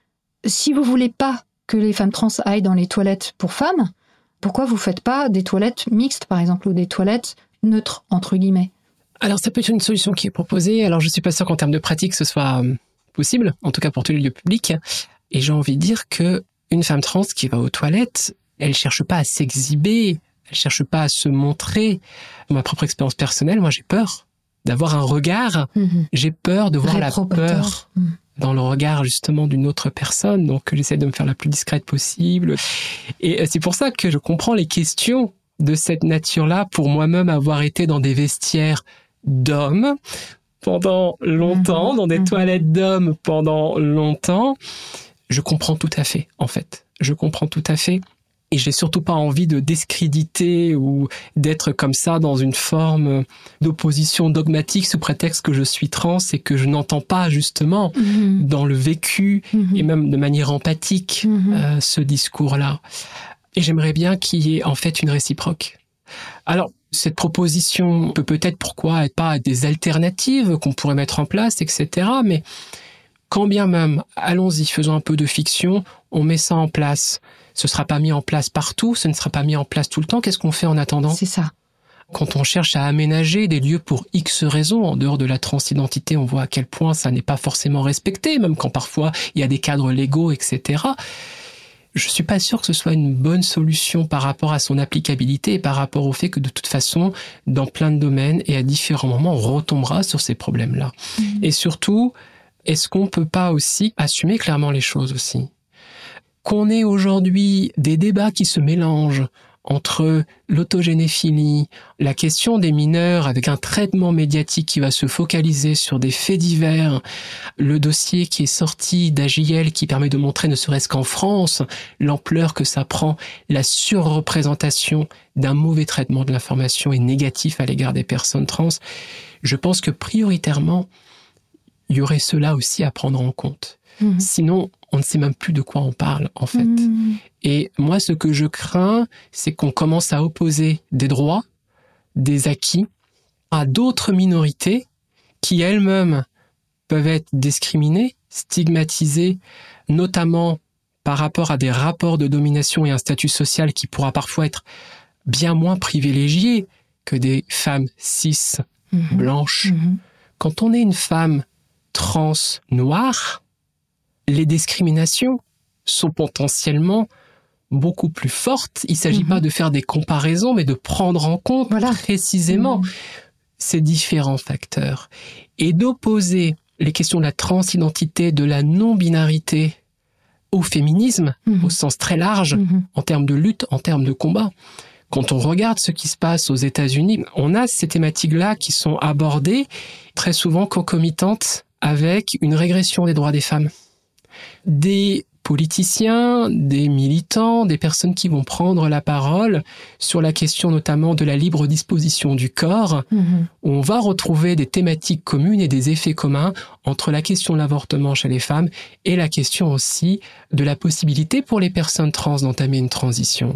si vous voulez pas que les femmes trans aillent dans les toilettes pour femmes, pourquoi vous faites pas des toilettes mixtes, par exemple, ou des toilettes neutres, entre guillemets ? Alors, ça peut être une solution qui est proposée. Alors, je suis pas sûr qu'en termes de pratique, ce soit possible, en tout cas pour tous les lieux publics. Et j'ai envie de dire que une femme trans qui va aux toilettes, elle cherche pas à s'exhiber, elle cherche pas à se montrer. Ma propre expérience personnelle, moi j'ai peur d'avoir un regard, j'ai peur de voir la peur dans le regard justement d'une autre personne, donc j'essaie de me faire la plus discrète possible. Et c'est pour ça que je comprends les questions de cette nature-là, pour moi-même avoir été dans des vestiaires d'hommes pendant longtemps, dans des toilettes d'hommes pendant longtemps. Je comprends tout à fait, en fait. Je comprends tout à fait. Et j'ai surtout pas envie de discréditer ou d'être comme ça dans une forme d'opposition dogmatique sous prétexte que je suis trans et que je n'entends pas justement dans le vécu et même de manière empathique ce discours-là. Et j'aimerais bien qu'il y ait en fait une réciproque. Alors, cette proposition peut peut-être pourquoi être pas des alternatives qu'on pourrait mettre en place, etc. Mais quand bien même, allons-y, faisons un peu de fiction, on met ça en place. Ce ne sera pas mis en place partout, ce ne sera pas mis en place tout le temps. Qu'est-ce qu'on fait en attendant ? C'est ça. Quand on cherche à aménager des lieux pour X raisons, en dehors de la transidentité, on voit à quel point ça n'est pas forcément respecté, même quand parfois il y a des cadres légaux, etc. Je suis pas sûr que ce soit une bonne solution par rapport à son applicabilité et par rapport au fait que de toute façon, dans plein de domaines et à différents moments, on retombera sur ces problèmes-là. Et surtout, est-ce qu'on peut pas aussi assumer clairement les choses aussi ? Qu'on ait aujourd'hui des débats qui se mélangent entre l'autogénéphilie, la question des mineurs avec un traitement médiatique qui va se focaliser sur des faits divers, le dossier qui est sorti d'AJL qui permet de montrer, ne serait-ce qu'en France, l'ampleur que ça prend, la surreprésentation d'un mauvais traitement de l'information et négatif à l'égard des personnes trans. Je pense que prioritairement, il y aurait cela aussi à prendre en compte. Sinon, on ne sait même plus de quoi on parle, en fait. Et moi, ce que je crains, c'est qu'on commence à opposer des droits, des acquis, à d'autres minorités qui elles-mêmes peuvent être discriminées, stigmatisées, notamment par rapport à des rapports de domination et un statut social qui pourra parfois être bien moins privilégié que des femmes cis blanches. Quand on est une femme trans noire, les discriminations sont potentiellement beaucoup plus fortes. Il ne s'agit pas de faire des comparaisons, mais de prendre en compte précisément ces différents facteurs et d'opposer les questions de la transidentité, de la non-binarité au féminisme, au sens très large, en termes de lutte, en termes de combat. Quand on regarde ce qui se passe aux États-Unis, on a ces thématiques-là qui sont abordées très souvent concomitantes avec une régression des droits des femmes. Des politiciens, des militants, des personnes qui vont prendre la parole sur la question notamment de la libre disposition du corps, où on va retrouver des thématiques communes et des effets communs entre la question de l'avortement chez les femmes et la question aussi de la possibilité pour les personnes trans d'entamer une transition.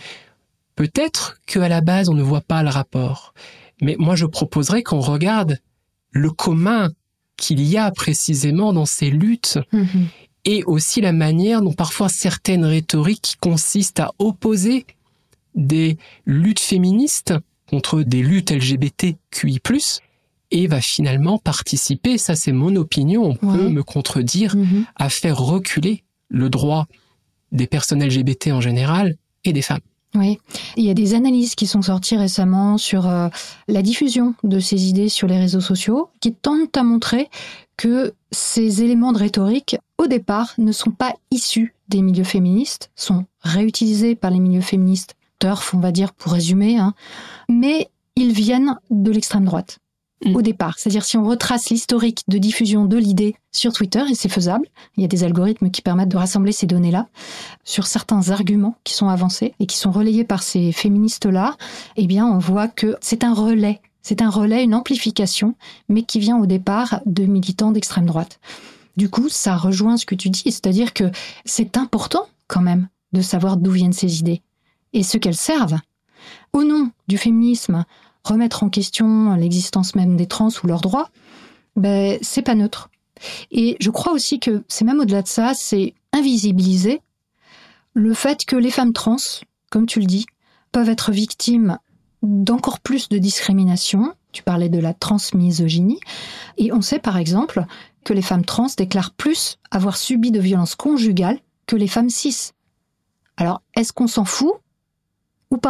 Peut-être qu'à la base, on ne voit pas le rapport. Mais moi, je proposerais qu'on regarde le commun qu'il y a précisément dans ces luttes et aussi la manière dont parfois certaines rhétoriques consistent à opposer des luttes féministes contre des luttes LGBTQI+, et va finalement participer, ça c'est mon opinion, on peut me contredire, à faire reculer le droit des personnes LGBT en général et des femmes. Oui, il y a des analyses qui sont sorties récemment sur la diffusion de ces idées sur les réseaux sociaux qui tentent à montrer que ces éléments de rhétorique, au départ, ne sont pas issus des milieux féministes, sont réutilisés par les milieux féministes, TERF, on va dire, pour résumer, mais ils viennent de l'extrême droite. Au départ. C'est-à-dire, si on retrace l'historique de diffusion de l'idée sur Twitter, et c'est faisable, il y a des algorithmes qui permettent de rassembler ces données-là, sur certains arguments qui sont avancés et qui sont relayés par ces féministes-là, eh bien, on voit que c'est un relais. C'est un relais, une amplification, mais qui vient au départ de militants d'extrême droite. Du coup, ça rejoint ce que tu dis, c'est-à-dire que c'est important, quand même, de savoir d'où viennent ces idées et ce qu'elles servent. Au nom du féminisme, remettre en question l'existence même des trans ou leurs droits, c'est pas neutre. Et je crois aussi que c'est même au-delà de ça, c'est invisibiliser le fait que les femmes trans, comme tu le dis, peuvent être victimes d'encore plus de discrimination. Tu parlais de la transmisogynie. Et on sait par exemple que les femmes trans déclarent plus avoir subi de violences conjugales que les femmes cis. Alors, est-ce qu'on s'en fout ou pas ?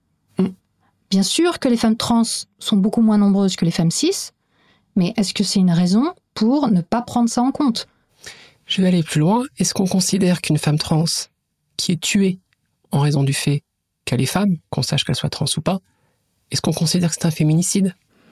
Bien sûr que les femmes trans sont beaucoup moins nombreuses que les femmes cis, mais est-ce que c'est une raison pour ne pas prendre ça en compte ? Je vais aller plus loin. Est-ce qu'on considère qu'une femme trans qui est tuée en raison du fait qu'elle est femme, qu'on sache qu'elle soit trans ou pas, est-ce qu'on considère que c'est un féminicide ?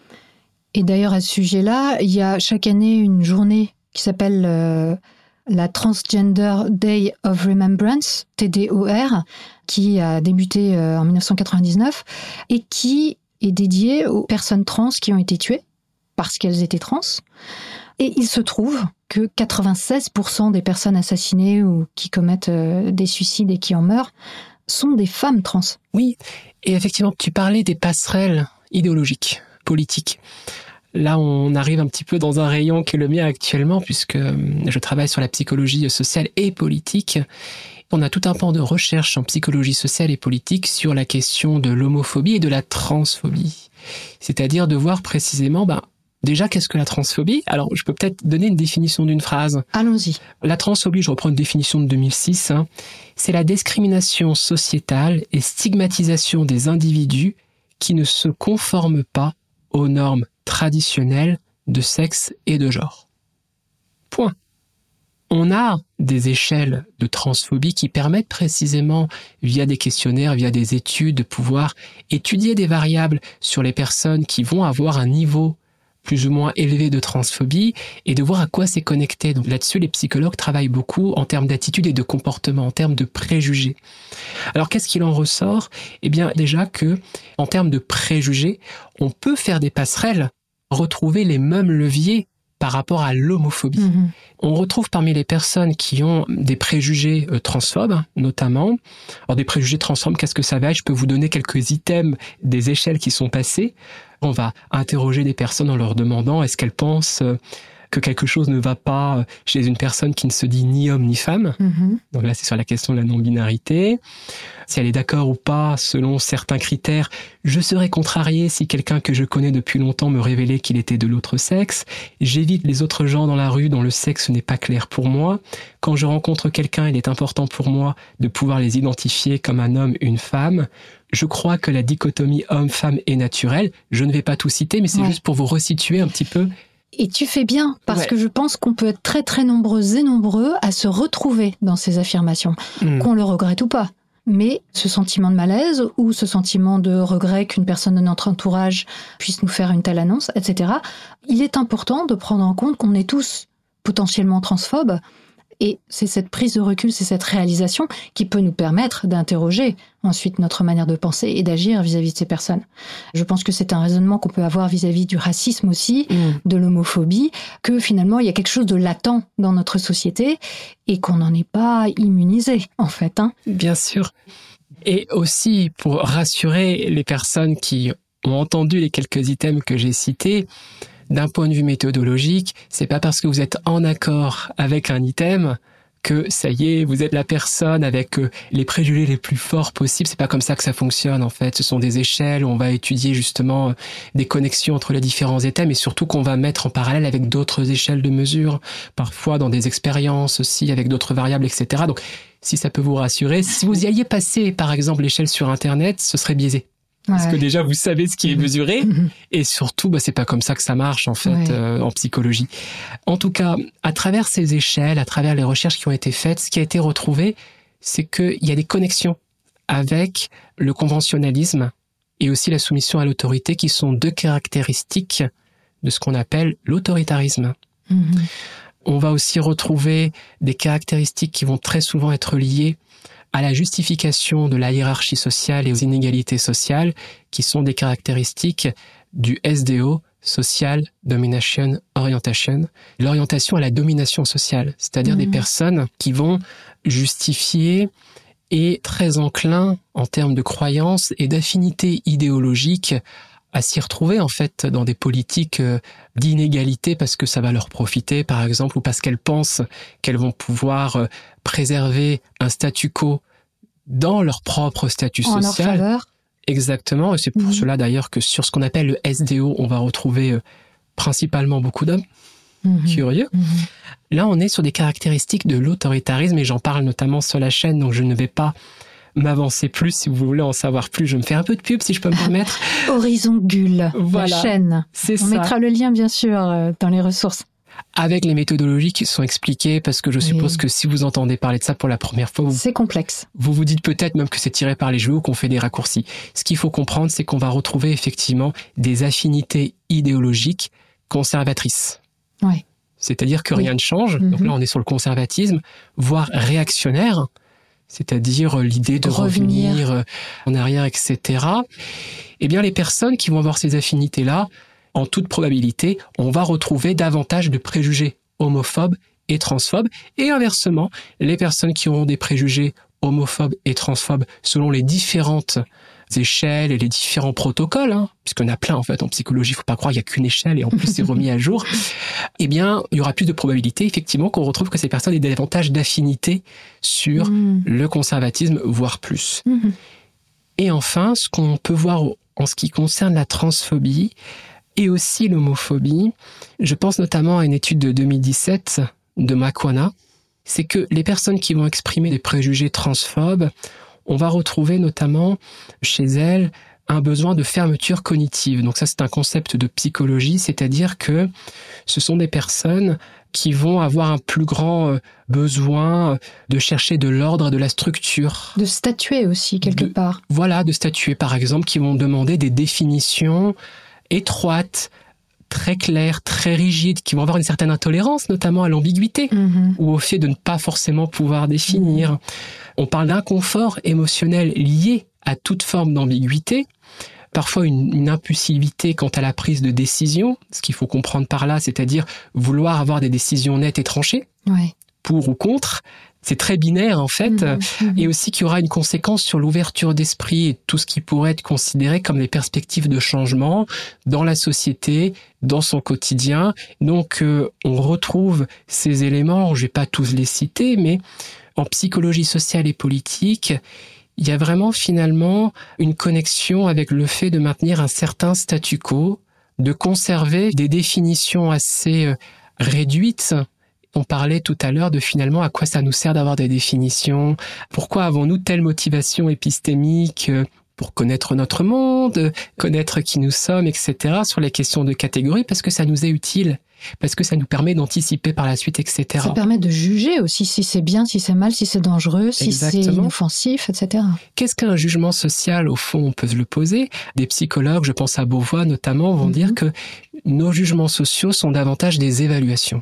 Et d'ailleurs, à ce sujet-là, il y a chaque année une journée qui s'appelle la Transgender Day of Remembrance, TDOR, qui a débuté en 1999 et qui est dédiée aux personnes trans qui ont été tuées parce qu'elles étaient trans. Et il se trouve que 96% des personnes assassinées ou qui commettent des suicides et qui en meurent sont des femmes trans. Oui, et effectivement, tu parlais des passerelles idéologiques, politiques. Là, on arrive un petit peu dans un rayon qui est le mien actuellement, puisque je travaille sur la psychologie sociale et politique. On a tout un pan de recherche en psychologie sociale et politique sur la question de l'homophobie et de la transphobie. C'est-à-dire de voir précisément, déjà, qu'est-ce que la transphobie ? Alors, je peux peut-être donner une définition d'une phrase. Allons-y. La transphobie, je reprends une définition de 2006, c'est la discrimination sociétale et stigmatisation des individus qui ne se conforment pas aux normes traditionnelles de sexe et de genre. Point. On a des échelles de transphobie qui permettent précisément, via des questionnaires, via des études, de pouvoir étudier des variables sur les personnes qui vont avoir un niveau plus ou moins élevé de transphobie et de voir à quoi c'est connecté. Donc là-dessus, les psychologues travaillent beaucoup en termes d'attitude et de comportement, en termes de préjugés. Alors qu'est-ce qu'il en ressort ? Eh bien déjà que, en termes de préjugés, on peut faire des passerelles, retrouver les mêmes leviers par rapport à l'homophobie. On retrouve parmi les personnes qui ont des préjugés transphobes, notamment. Alors des préjugés transphobes, qu'est-ce que ça va être ? Je peux vous donner quelques items des échelles qui sont passées. On va interroger des personnes en leur demandant est-ce qu'elles pensent que quelque chose ne va pas chez une personne qui ne se dit ni homme ni femme. Donc là, c'est sur la question de la non-binarité. Si elle est d'accord ou pas, selon certains critères, je serais contrarié si quelqu'un que je connais depuis longtemps me révélait qu'il était de l'autre sexe. J'évite les autres gens dans la rue dont le sexe n'est pas clair pour moi. Quand je rencontre quelqu'un, il est important pour moi de pouvoir les identifier comme un homme, une femme. Je crois que la dichotomie homme-femme est naturelle. Je ne vais pas tout citer, mais c'est juste pour vous resituer un petit peu. Et tu fais bien, parce que je pense qu'on peut être très très nombreuses et nombreux à se retrouver dans ces affirmations, qu'on le regrette ou pas. Mais ce sentiment de malaise ou ce sentiment de regret qu'une personne de notre entourage puisse nous faire une telle annonce, etc., il est important de prendre en compte qu'on est tous potentiellement transphobes. Et c'est cette prise de recul, c'est cette réalisation qui peut nous permettre d'interroger ensuite notre manière de penser et d'agir vis-à-vis de ces personnes. Je pense que c'est un raisonnement qu'on peut avoir vis-à-vis du racisme aussi, de l'homophobie, que finalement il y a quelque chose de latent dans notre société et qu'on n'en est pas immunisé en fait. Bien sûr. Et aussi pour rassurer les personnes qui ont entendu les quelques items que j'ai cités, d'un point de vue méthodologique, c'est pas parce que vous êtes en accord avec un item que ça y est, vous êtes la personne avec les préjugés les plus forts possibles. C'est pas comme ça que ça fonctionne en fait. Ce sont des échelles où on va étudier justement des connexions entre les différents items et surtout qu'on va mettre en parallèle avec d'autres échelles de mesure, parfois dans des expériences aussi avec d'autres variables, etc. Donc si ça peut vous rassurer, si vous y alliez passer par exemple l'échelle sur Internet, ce serait biaisé. Parce que déjà, vous savez ce qui est mesuré. Et surtout, c'est pas comme ça que ça marche, en fait, en psychologie. En tout cas, à travers ces échelles, à travers les recherches qui ont été faites, ce qui a été retrouvé, c'est qu'il y a des connexions avec le conventionnalisme et aussi la soumission à l'autorité qui sont deux caractéristiques de ce qu'on appelle l'autoritarisme. On va aussi retrouver des caractéristiques qui vont très souvent être liées à la justification de la hiérarchie sociale et aux inégalités sociales, qui sont des caractéristiques du SDO, Social Domination Orientation, l'orientation à la domination sociale, c'est-à-dire des personnes qui vont justifier et très enclins en termes de croyances et d'affinités idéologiques à s'y retrouver en fait dans des politiques d'inégalité parce que ça va leur profiter par exemple ou parce qu'elles pensent qu'elles vont pouvoir préserver un statu quo dans leur propre statut social. En leur faveur. Exactement, et c'est pour cela d'ailleurs que sur ce qu'on appelle le SDO, on va retrouver principalement beaucoup d'hommes. Curieux. Là, on est sur des caractéristiques de l'autoritarisme et j'en parle notamment sur la chaîne, donc je ne vais pas m'avancer plus. Si vous voulez en savoir plus, je me fais un peu de pub si je peux me permettre. Horizon Gull, la chaîne. C'est on mettra le lien bien sûr dans les ressources. Avec les méthodologies qui sont expliquées, parce que je suppose que si vous entendez parler de ça pour la première fois, c'est complexe. Vous vous dites peut-être même que c'est tiré par les cheveux ou qu'on fait des raccourcis. Ce qu'il faut comprendre, c'est qu'on va retrouver effectivement des affinités idéologiques conservatrices. Ouais. C'est-à-dire que rien ne change. Donc là, on est sur le conservatisme, voire réactionnaire, c'est-à-dire l'idée de revenir en arrière, etc. Eh bien, les personnes qui vont avoir ces affinités-là, en toute probabilité, on va retrouver davantage de préjugés homophobes et transphobes. Et inversement, les personnes qui auront des préjugés homophobes et transphobes selon les différentes échelles et les différents protocoles, puisqu'il y en a plein en fait en psychologie, il ne faut pas croire qu'il n'y a qu'une échelle et en plus c'est remis à jour, eh bien, il y aura plus de probabilité effectivement qu'on retrouve que ces personnes aient davantage d'affinité sur le conservatisme, voire plus. Et enfin, ce qu'on peut voir en ce qui concerne la transphobie, et aussi l'homophobie, je pense notamment à une étude de 2017 de Makwana, c'est que les personnes qui vont exprimer des préjugés transphobes, on va retrouver notamment chez elles un besoin de fermeture cognitive. Donc ça, c'est un concept de psychologie, c'est-à-dire que ce sont des personnes qui vont avoir un plus grand besoin de chercher de l'ordre, de la structure. De statuer aussi, quelque part. Voilà, de statuer, par exemple, qui vont demander des définitions étroites, très claires, très rigides, qui vont avoir une certaine intolérance, notamment à l'ambiguïté, ou au fait de ne pas forcément pouvoir définir. On parle d'inconfort émotionnel lié à toute forme d'ambiguïté, parfois une impulsivité quant à la prise de décision, ce qu'il faut comprendre par là, c'est-à-dire vouloir avoir des décisions nettes et tranchées, pour ou contre, c'est très binaire en fait, et aussi qu'il y aura une conséquence sur l'ouverture d'esprit et tout ce qui pourrait être considéré comme des perspectives de changement dans la société, dans son quotidien. Donc on retrouve ces éléments, je vais pas tous les citer, mais en psychologie sociale et politique, il y a vraiment finalement une connexion avec le fait de maintenir un certain statu quo, de conserver des définitions assez réduites. On parlait tout à l'heure de finalement à quoi ça nous sert d'avoir des définitions, pourquoi avons-nous telle motivation épistémique pour connaître notre monde, connaître qui nous sommes, etc. sur les questions de catégorie, parce que ça nous est utile, parce que ça nous permet d'anticiper par la suite, etc. Ça permet de juger aussi si c'est bien, si c'est mal, si c'est dangereux, si c'est inoffensif, etc. Qu'est-ce qu'un jugement social, au fond, on peut se le poser. Des psychologues, je pense à Beauvois notamment, vont dire que nos jugements sociaux sont davantage des évaluations.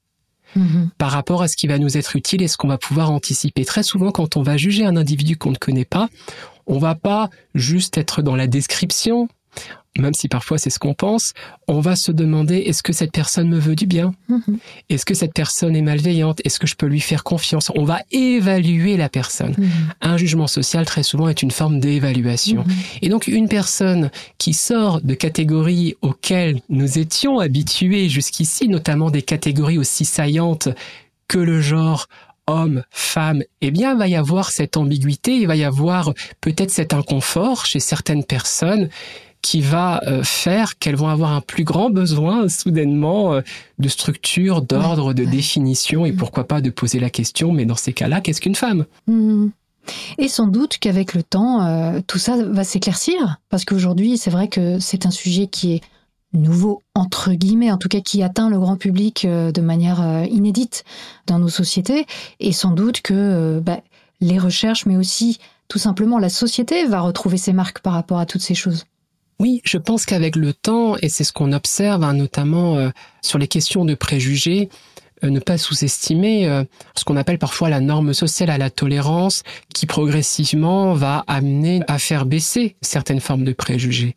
Par rapport à ce qui va nous être utile et ce qu'on va pouvoir anticiper. Très souvent, quand on va juger un individu qu'on ne connaît pas, on va pas juste être dans la description, même si parfois c'est ce qu'on pense, on va se demander, est-ce que cette personne me veut du bien ? Est-ce que cette personne est malveillante ? Est-ce que je peux lui faire confiance ? On va évaluer la personne. Un jugement social, très souvent, est une forme d'évaluation. Et donc, une personne qui sort de catégories auxquelles nous étions habitués jusqu'ici, notamment des catégories aussi saillantes que le genre homme, femme, eh bien, il va y avoir cette ambiguïté, il va y avoir peut-être cet inconfort chez certaines personnes qui va faire qu'elles vont avoir un plus grand besoin, soudainement, de structure, d'ordre, de définition, et pourquoi pas de poser la question, mais dans ces cas-là, qu'est-ce qu'une femme ? Et sans doute qu'avec le temps, tout ça va s'éclaircir, parce qu'aujourd'hui, c'est vrai que c'est un sujet qui est nouveau, entre guillemets, en tout cas qui atteint le grand public de manière inédite dans nos sociétés, et sans doute que les recherches, mais aussi tout simplement la société va retrouver ses marques par rapport à toutes ces choses. Oui, je pense qu'avec le temps, et c'est ce qu'on observe, notamment sur les questions de préjugés, ne pas sous-estimer ce qu'on appelle parfois la norme sociale à la tolérance, qui progressivement va amener à faire baisser certaines formes de préjugés.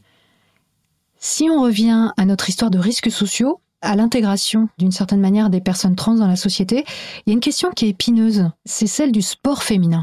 Si on revient à notre histoire de risques sociaux, à l'intégration d'une certaine manière des personnes trans dans la société, il y a une question qui est épineuse, c'est celle du sport féminin.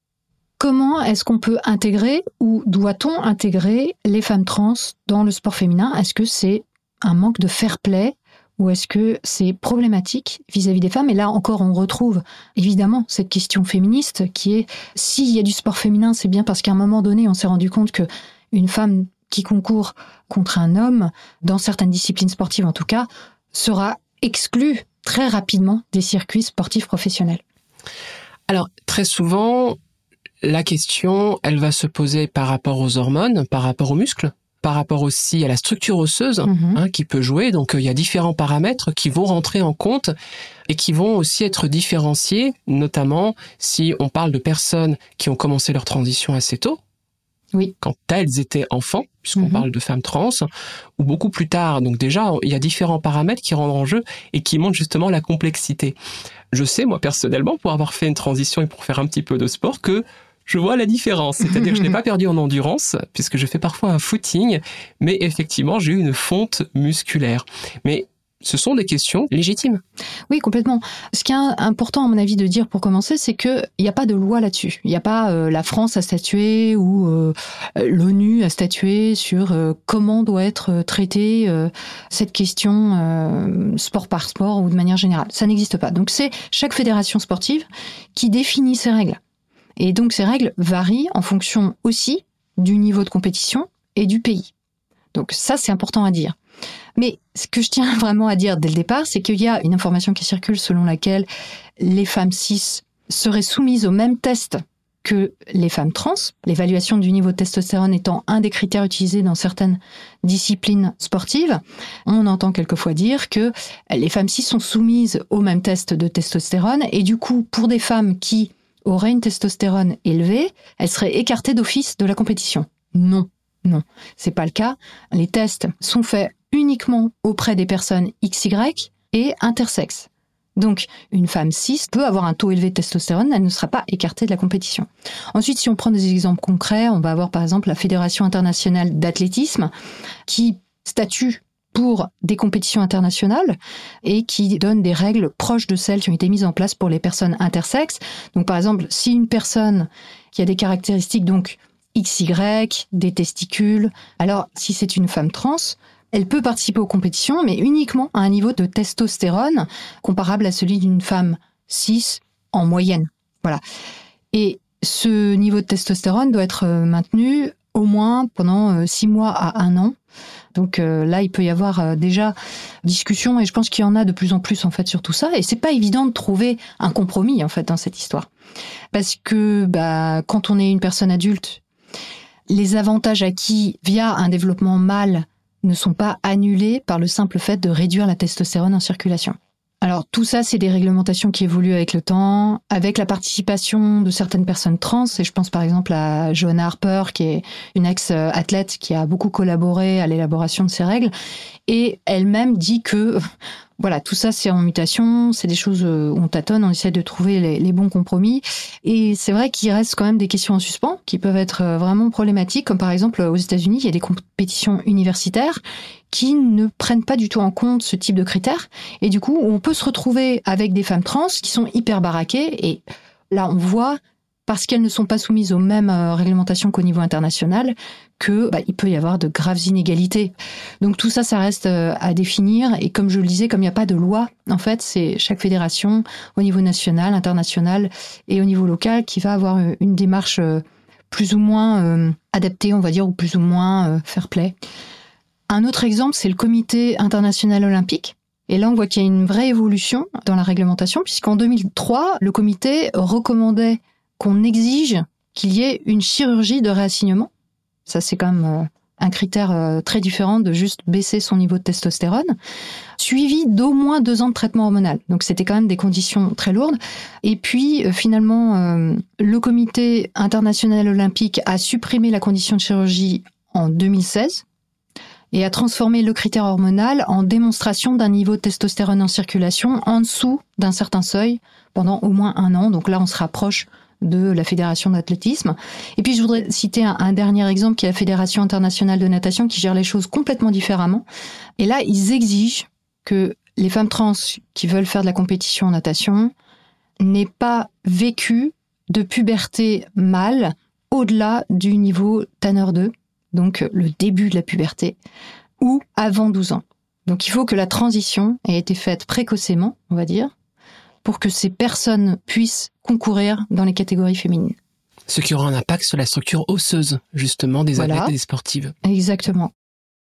Comment est-ce qu'on peut intégrer ou doit-on intégrer les femmes trans dans le sport féminin ? Est-ce que c'est un manque de fair-play ou est-ce que c'est problématique vis-à-vis des femmes ? Et là encore, on retrouve évidemment cette question féministe qui est s'il y a du sport féminin, c'est bien parce qu'à un moment donné, on s'est rendu compte qu'une femme qui concourt contre un homme, dans certaines disciplines sportives en tout cas, sera exclue très rapidement des circuits sportifs professionnels. Alors, très souvent, la question, elle va se poser par rapport aux hormones, par rapport aux muscles, par rapport aussi à la structure osseuse qui peut jouer. Donc, il y a différents paramètres qui vont rentrer en compte et qui vont aussi être différenciés, notamment si on parle de personnes qui ont commencé leur transition assez tôt, quand elles étaient enfants, puisqu'on parle de femmes trans, ou beaucoup plus tard. Donc déjà, il y a différents paramètres qui rentrent en jeu et qui montrent justement la complexité. Je sais, moi, personnellement, pour avoir fait une transition et pour faire un petit peu de sport, que je vois la différence. C'est-à-dire que je n'ai pas perdu en endurance, puisque je fais parfois un footing, mais effectivement, j'ai eu une fonte musculaire. Mais ce sont des questions légitimes. Oui, complètement. Ce qui est important, à mon avis, de dire pour commencer, c'est qu'il n'y a pas de loi là-dessus. Il n'y a pas la France à statuer ou l'ONU à statuer sur comment doit être traitée cette question sport par sport ou de manière générale. Ça n'existe pas. Donc c'est chaque fédération sportive qui définit ses règles. Et donc ces règles varient en fonction aussi du niveau de compétition et du pays. Donc ça, c'est important à dire. Mais ce que je tiens vraiment à dire dès le départ, c'est qu'il y a une information qui circule selon laquelle les femmes cis seraient soumises au même test que les femmes trans, l'évaluation du niveau de testostérone étant un des critères utilisés dans certaines disciplines sportives. On entend quelquefois dire que les femmes cis sont soumises au même test de testostérone et du coup, pour des femmes qui auraient une testostérone élevée, elles seraient écartées d'office de la compétition. Non, c'est pas le cas. Les tests sont faits uniquement auprès des personnes XY et intersexes. Donc, une femme cis peut avoir un taux élevé de testostérone, elle ne sera pas écartée de la compétition. Ensuite, si on prend des exemples concrets, on va avoir par exemple la Fédération internationale d'athlétisme qui statue pour des compétitions internationales et qui donne des règles proches de celles qui ont été mises en place pour les personnes intersexes. Donc par exemple, si une personne qui a des caractéristiques donc XY, des testicules, alors si c'est une femme trans, elle peut participer aux compétitions, mais uniquement à un niveau de testostérone comparable à celui d'une femme cis en moyenne. Voilà. Et ce niveau de testostérone doit être maintenu au moins pendant 6 mois à 1 an. Donc là, il peut y avoir déjà discussion, et je pense qu'il y en a de plus en plus en fait sur tout ça. Et c'est pas évident de trouver un compromis en fait dans cette histoire, parce que quand on est une personne adulte, les avantages acquis via un développement mâle ne sont pas annulés par le simple fait de réduire la testostérone en circulation. Alors tout ça, c'est des réglementations qui évoluent avec le temps, avec la participation de certaines personnes trans, et je pense par exemple à Joanna Harper, qui est une ex-athlète qui a beaucoup collaboré à l'élaboration de ces règles, et elle-même dit que voilà, tout ça c'est en mutation, c'est des choses où on tâtonne, on essaie de trouver les bons compromis, et c'est vrai qu'il reste quand même des questions en suspens qui peuvent être vraiment problématiques, comme par exemple aux États-Unis, il y a des compétitions universitaires qui ne prennent pas du tout en compte ce type de critères. Et du coup, on peut se retrouver avec des femmes trans qui sont hyper baraquées. Et là, on voit, parce qu'elles ne sont pas soumises aux mêmes réglementations qu'au niveau international, que il peut y avoir de graves inégalités. Donc tout ça, ça reste à définir. Et comme je le disais, comme il n'y a pas de loi, en fait, c'est chaque fédération, au niveau national, international et au niveau local, qui va avoir une démarche plus ou moins adaptée, on va dire, ou plus ou moins fair play. Un autre exemple, c'est le Comité international olympique. Et là, on voit qu'il y a une vraie évolution dans la réglementation, puisqu'en 2003, le comité recommandait qu'on exige qu'il y ait une chirurgie de réassignement. Ça, c'est quand même un critère très différent de juste baisser son niveau de testostérone, suivi d'au moins 2 ans de traitement hormonal. Donc, c'était quand même des conditions très lourdes. Et puis, finalement, le Comité international olympique a supprimé la condition de chirurgie en 2016. Et a transformé le critère hormonal en démonstration d'un niveau de testostérone en circulation en dessous d'un certain seuil pendant au moins 1 an. Donc là, on se rapproche de la Fédération d'athlétisme. Et puis, je voudrais citer un dernier exemple qui est la Fédération internationale de natation qui gère les choses complètement différemment. Et là, ils exigent que les femmes trans qui veulent faire de la compétition en natation n'aient pas vécu de puberté mâle au-delà du niveau Tanner 2. Donc le début de la puberté, ou avant 12 ans. Donc il faut que la transition ait été faite précocement, on va dire, pour que ces personnes puissent concourir dans les catégories féminines. Ce qui aura un impact sur la structure osseuse, justement, des athlètes et des sportives. Exactement.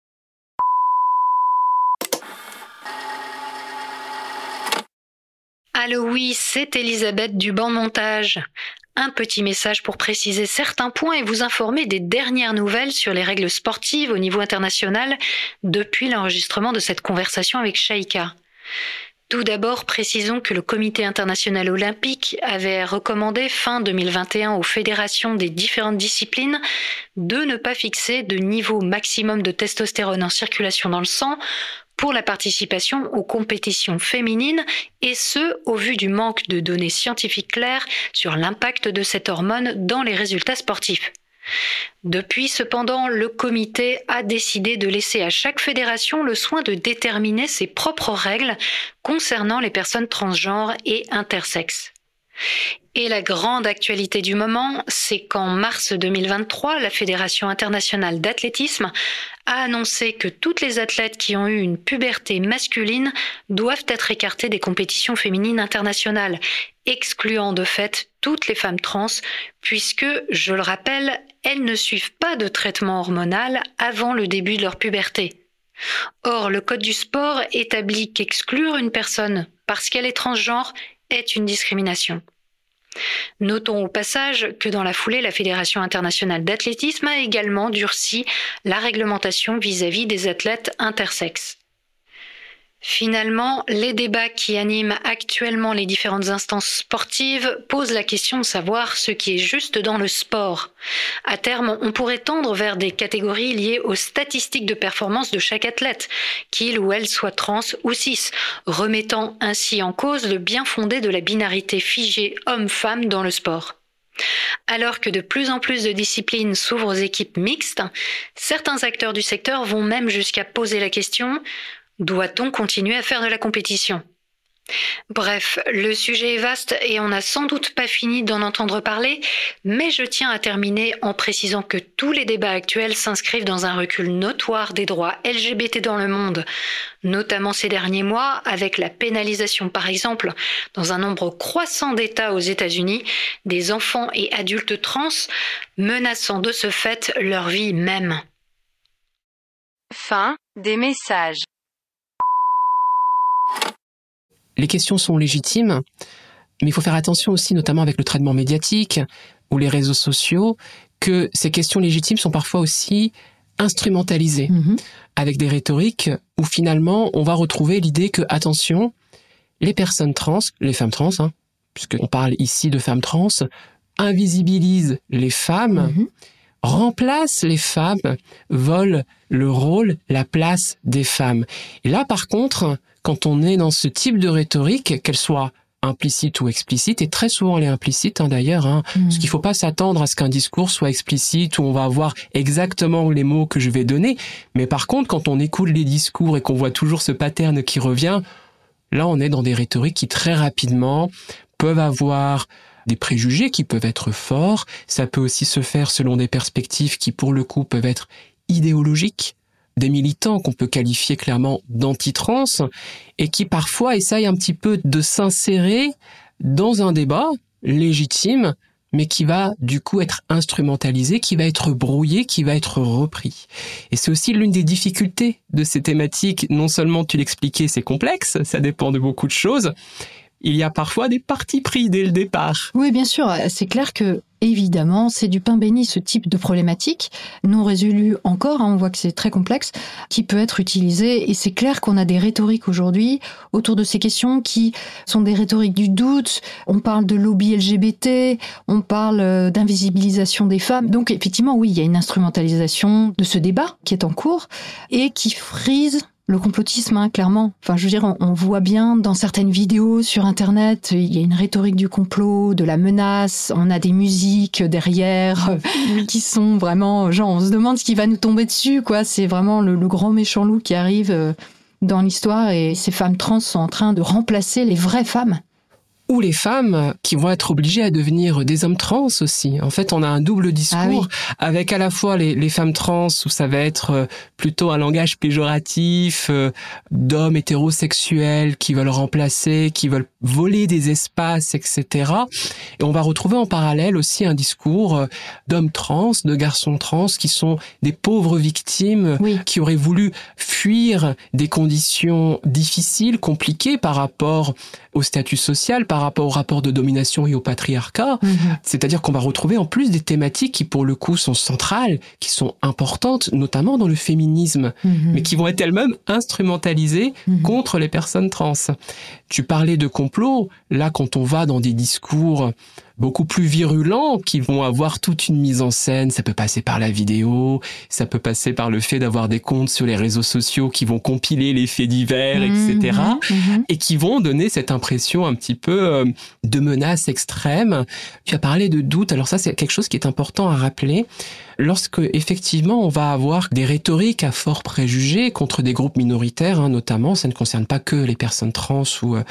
Allô, oui, c'est Elisabeth du banc de montage. Un petit message pour préciser certains points et vous informer des dernières nouvelles sur les règles sportives au niveau international depuis l'enregistrement de cette conversation avec Shaika. Tout d'abord, précisons que le Comité international olympique avait recommandé fin 2021 aux fédérations des différentes disciplines de ne pas fixer de niveau maximum de testostérone en circulation dans le sang pour la participation aux compétitions féminines, et ce, au vu du manque de données scientifiques claires sur l'impact de cette hormone dans les résultats sportifs. Depuis, cependant, le comité a décidé de laisser à chaque fédération le soin de déterminer ses propres règles concernant les personnes transgenres et intersexes. Et la grande actualité du moment, c'est qu'en mars 2023, la Fédération internationale d'athlétisme a annoncé que toutes les athlètes qui ont eu une puberté masculine doivent être écartées des compétitions féminines internationales, excluant de fait toutes les femmes trans, puisque, je le rappelle, elles ne suivent pas de traitement hormonal avant le début de leur puberté. Or, le Code du sport établit qu'exclure une personne parce qu'elle est transgenre est une discrimination. Notons au passage que dans la foulée, la Fédération internationale d'athlétisme a également durci la réglementation vis-à-vis des athlètes intersexes. Finalement, les débats qui animent actuellement les différentes instances sportives posent la question de savoir ce qui est juste dans le sport. À terme, on pourrait tendre vers des catégories liées aux statistiques de performance de chaque athlète, qu'il ou elle soit trans ou cis, remettant ainsi en cause le bien fondé de la binarité figée homme-femme dans le sport. Alors que de plus en plus de disciplines s'ouvrent aux équipes mixtes, certains acteurs du secteur vont même jusqu'à poser la question « Doit-on continuer à faire de la compétition ?» Bref, le sujet est vaste et on n'a sans doute pas fini d'en entendre parler, mais je tiens à terminer en précisant que tous les débats actuels s'inscrivent dans un recul notoire des droits LGBT dans le monde, notamment ces derniers mois avec la pénalisation par exemple, dans un nombre croissant d'États aux États-Unis, des enfants et adultes trans, menaçant de ce fait leur vie même. Fin des messages. Les questions sont légitimes, mais il faut faire attention aussi, notamment avec le traitement médiatique ou les réseaux sociaux, que ces questions légitimes sont parfois aussi instrumentalisées, avec des rhétoriques où finalement on va retrouver l'idée que, attention, les personnes trans, les femmes trans, puisqu'on parle ici de femmes trans, invisibilisent les femmes, remplacent les femmes, volent le rôle, la place des femmes. Et là, par contre, quand on est dans ce type de rhétorique, qu'elle soit implicite ou explicite, et très souvent elle est implicite d'ailleurs, parce qu'il ne faut pas s'attendre à ce qu'un discours soit explicite où on va avoir exactement les mots que je vais donner, mais par contre quand on écoute les discours et qu'on voit toujours ce pattern qui revient, là on est dans des rhétoriques qui très rapidement peuvent avoir des préjugés qui peuvent être forts, ça peut aussi se faire selon des perspectives qui pour le coup peuvent être idéologiques, des militants qu'on peut qualifier clairement d'anti-trans et qui parfois essayent un petit peu de s'insérer dans un débat légitime, mais qui va du coup être instrumentalisé, qui va être brouillé, qui va être repris. Et c'est aussi l'une des difficultés de ces thématiques. Non seulement tu l'expliquais, c'est complexe, ça dépend de beaucoup de choses, il y a parfois des partis pris dès le départ. Oui, bien sûr, c'est clair que évidemment, c'est du pain béni ce type de problématique, non résolue encore, on voit que c'est très complexe, qui peut être utilisé. Et c'est clair qu'on a des rhétoriques aujourd'hui autour de ces questions qui sont des rhétoriques du doute. On parle de lobby LGBT, on parle d'invisibilisation des femmes. Donc effectivement, oui, il y a une instrumentalisation de ce débat qui est en cours et qui frise le complotisme, clairement. Enfin, je veux dire, on voit bien dans certaines vidéos sur Internet, il y a une rhétorique du complot, de la menace, on a des musiques derrière qui sont vraiment, genre, on se demande ce qui va nous tomber dessus, quoi. C'est vraiment le grand méchant loup qui arrive dans l'histoire et ces femmes trans sont en train de remplacer les vraies femmes. Ou les femmes qui vont être obligées à devenir des hommes trans aussi. En fait, on a un double discours avec à la fois les femmes trans où ça va être plutôt un langage péjoratif d'hommes hétérosexuels qui veulent remplacer, qui veulent voler des espaces, etc. Et on va retrouver en parallèle aussi un discours d'hommes trans, de garçons trans qui sont des pauvres victimes qui auraient voulu fuir des conditions difficiles, compliquées par rapport au statut social, par rapport au rapport de domination et au patriarcat. C'est-à-dire qu'on va retrouver en plus des thématiques qui pour le coup sont centrales, qui sont importantes, notamment dans le féminisme, mais qui vont être elles-mêmes instrumentalisées contre les personnes trans. Tu parlais de complot, là quand on va dans des discours beaucoup plus virulents, qui vont avoir toute une mise en scène, ça peut passer par la vidéo, ça peut passer par le fait d'avoir des comptes sur les réseaux sociaux qui vont compiler les faits divers, etc., et qui vont donner cette impression un petit peu de menace extrême. Tu as parlé de doute, alors ça c'est quelque chose qui est important à rappeler. Lorsque effectivement on va avoir des rhétoriques à fort préjugés contre des groupes minoritaires, notamment, ça ne concerne pas que les personnes trans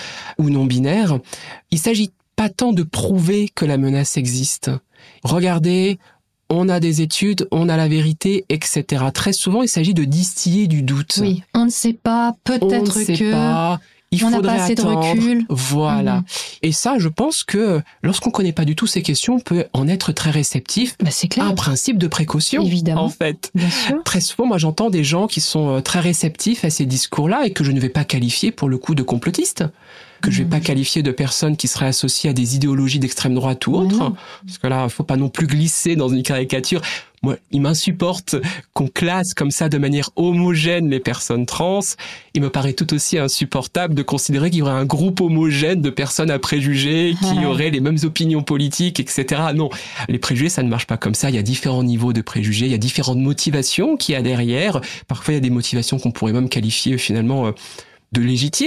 ou non-binaires, il s'agit pas tant de prouver que la menace existe. Regardez, on a des études, on a la vérité, etc. Très souvent, il s'agit de distiller du doute. Oui, on ne sait pas, peut-être que... Il on n'a pas assez attendre. De recul. Voilà. Et ça, je pense que lorsqu'on connaît pas du tout ces questions, on peut en être très réceptif c'est clair. à un principe de précaution. Évidemment. En fait. Bien sûr. Très souvent, moi, j'entends des gens qui sont très réceptifs à ces discours-là et que je ne vais pas qualifier pour le coup de complotistes, que je vais pas qualifier de personnes qui seraient associées à des idéologies d'extrême droite ou autres. Parce que là, faut pas non plus glisser dans une caricature. Moi, il m'insupporte qu'on classe comme ça de manière homogène les personnes trans. Il me paraît tout aussi insupportable de considérer qu'il y aurait un groupe homogène de personnes à préjugés qui auraient les mêmes opinions politiques, etc. Non, les préjugés, ça ne marche pas comme ça. Il y a différents niveaux de préjugés, il y a différentes motivations qu'il y a derrière. Parfois, il y a des motivations qu'on pourrait même qualifier finalement de légitimes,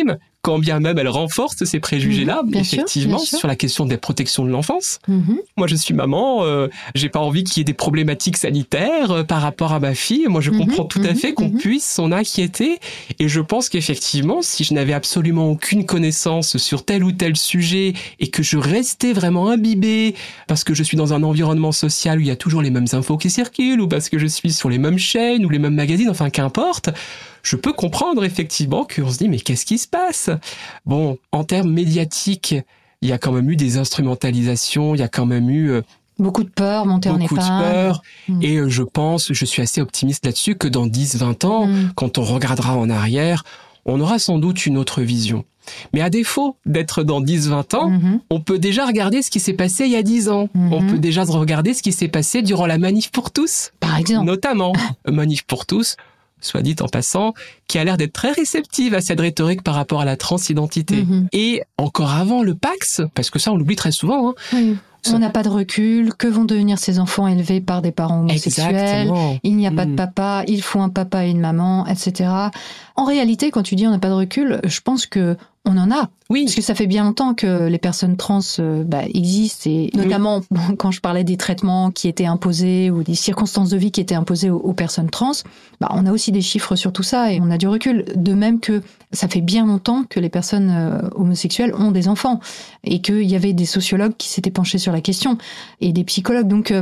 quand bien même elle renforce ces préjugés-là, effectivement, bien sûr. sur la question des protections de l'enfance. Moi, je suis maman, j'ai pas envie qu'il y ait des problématiques sanitaires par rapport à ma fille. Moi, je comprends tout à fait qu'on puisse s'en inquiéter. Et je pense qu'effectivement, si je n'avais absolument aucune connaissance sur tel ou tel sujet et que je restais vraiment imbibé parce que je suis dans un environnement social où il y a toujours les mêmes infos qui circulent ou parce que je suis sur les mêmes chaînes ou les mêmes magazines, enfin qu'importe, je peux comprendre effectivement qu'on se dit mais qu'est-ce qui se passe ? Bon, en termes médiatiques, il y a quand même eu des instrumentalisations, il y a quand même eu beaucoup de peur, monter en épingle. Beaucoup de peur. Et je suis assez optimiste là-dessus, que dans 10-20 ans, quand on regardera en arrière, on aura sans doute une autre vision. Mais à défaut d'être dans 10-20 ans, on peut déjà regarder ce qui s'est passé il y a 10 ans. On peut déjà regarder ce qui s'est passé durant la Manif pour tous. Par exemple. Notamment, Manif pour tous, soit dit en passant, qui a l'air d'être très réceptive à cette rhétorique par rapport à la transidentité. Et encore avant le Pax, parce que ça on l'oublie très souvent, hein, on n'a pas de recul, que vont devenir ces enfants élevés par des parents homosexuels. Exactement. Il n'y a pas de papa, il faut un papa et une maman, etc. En réalité, quand tu dis on n'a pas de recul, je pense que on en a. Oui. Parce que ça fait bien longtemps que les personnes trans existent, et notamment quand je parlais des traitements qui étaient imposés ou des circonstances de vie qui étaient imposées aux personnes trans, on a aussi des chiffres sur tout ça et on a du recul. De même que ça fait bien longtemps que les personnes homosexuelles ont des enfants et qu'il y avait des sociologues qui s'étaient penchés sur la question et des psychologues. Donc,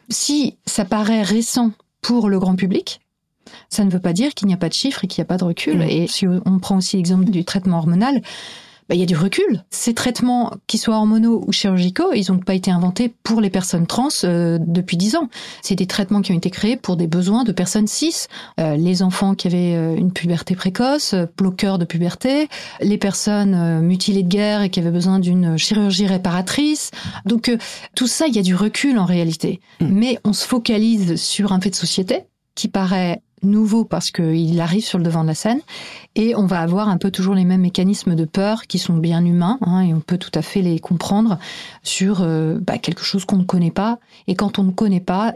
si ça paraît récent pour le grand public, ça ne veut pas dire qu'il n'y a pas de chiffres et qu'il n'y a pas de recul. Et si on prend aussi l'exemple du traitement hormonal, il y a du recul. Ces traitements, qu'ils soient hormonaux ou chirurgicaux, ils n'ont pas été inventés pour les personnes trans depuis 10 ans. C'est des traitements qui ont été créés pour des besoins de personnes cis. Les enfants qui avaient une puberté précoce, bloqueurs de puberté, les personnes mutilées de guerre et qui avaient besoin d'une chirurgie réparatrice. Donc tout ça, il y a du recul en réalité. Mais on se focalise sur un fait de société qui paraît nouveau parce qu'il arrive sur le devant de la scène, et on va avoir un peu toujours les mêmes mécanismes de peur qui sont bien humains, et on peut tout à fait les comprendre sur quelque chose qu'on ne connaît pas, et quand on ne connaît pas,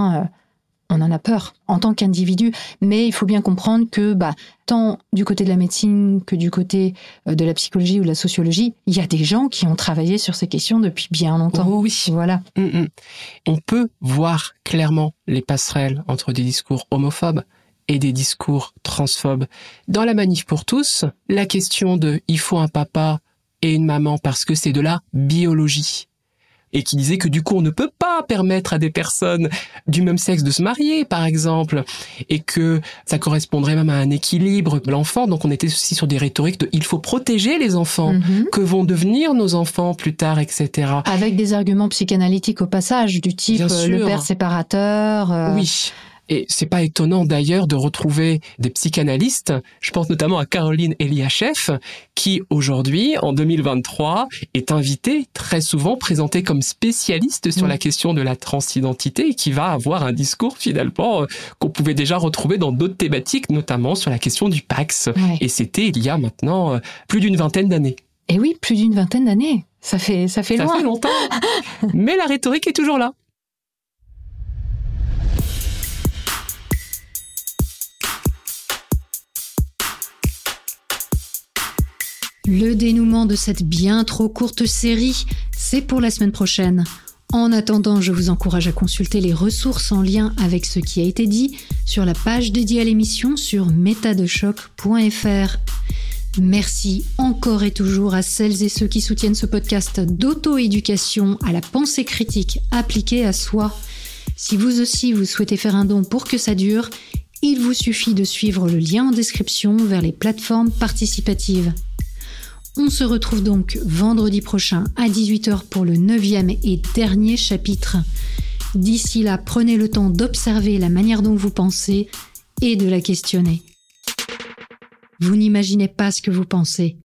on en a peur en tant qu'individu. Mais il faut bien comprendre que tant du côté de la médecine que du côté de la psychologie ou de la sociologie, il y a des gens qui ont travaillé sur ces questions depuis bien longtemps. Oh oui. Voilà. On peut voir clairement les passerelles entre des discours homophobes et des discours transphobes. Dans la Manif pour tous, la question de « il faut un papa et une maman parce que c'est de la biologie », et qui disait que du coup on ne peut pas permettre à des personnes du même sexe de se marier, par exemple, et que ça correspondrait même à un équilibre de l'enfant. Donc on était aussi sur des rhétoriques de « il faut protéger les enfants, que vont devenir nos enfants plus tard, etc. » Avec des arguments psychanalytiques au passage, du type le père séparateur. Oui. Et c'est pas étonnant d'ailleurs de retrouver des psychanalystes, je pense notamment à Caroline Eliachev, qui aujourd'hui, en 2023, est invitée, très souvent présentée comme spécialiste sur la question de la transidentité, et qui va avoir un discours finalement qu'on pouvait déjà retrouver dans d'autres thématiques, notamment sur la question du Pax. Ouais. Et c'était il y a maintenant plus d'une vingtaine d'années. Et oui, plus d'une vingtaine d'années. Ça fait loin. Ça fait longtemps. Mais la rhétorique est toujours là. Le dénouement de cette bien trop courte série, c'est pour la semaine prochaine. En attendant, je vous encourage à consulter les ressources en lien avec ce qui a été dit sur la page dédiée à l'émission sur metadechoc.fr. Merci encore et toujours à celles et ceux qui soutiennent ce podcast d'auto-éducation à la pensée critique appliquée à soi. Si vous aussi vous souhaitez faire un don pour que ça dure, il vous suffit de suivre le lien en description vers les plateformes participatives. On se retrouve donc vendredi prochain à 18h pour le 9e et dernier chapitre. D'ici là, prenez le temps d'observer la manière dont vous pensez et de la questionner. Vous n'imaginez pas ce que vous pensez.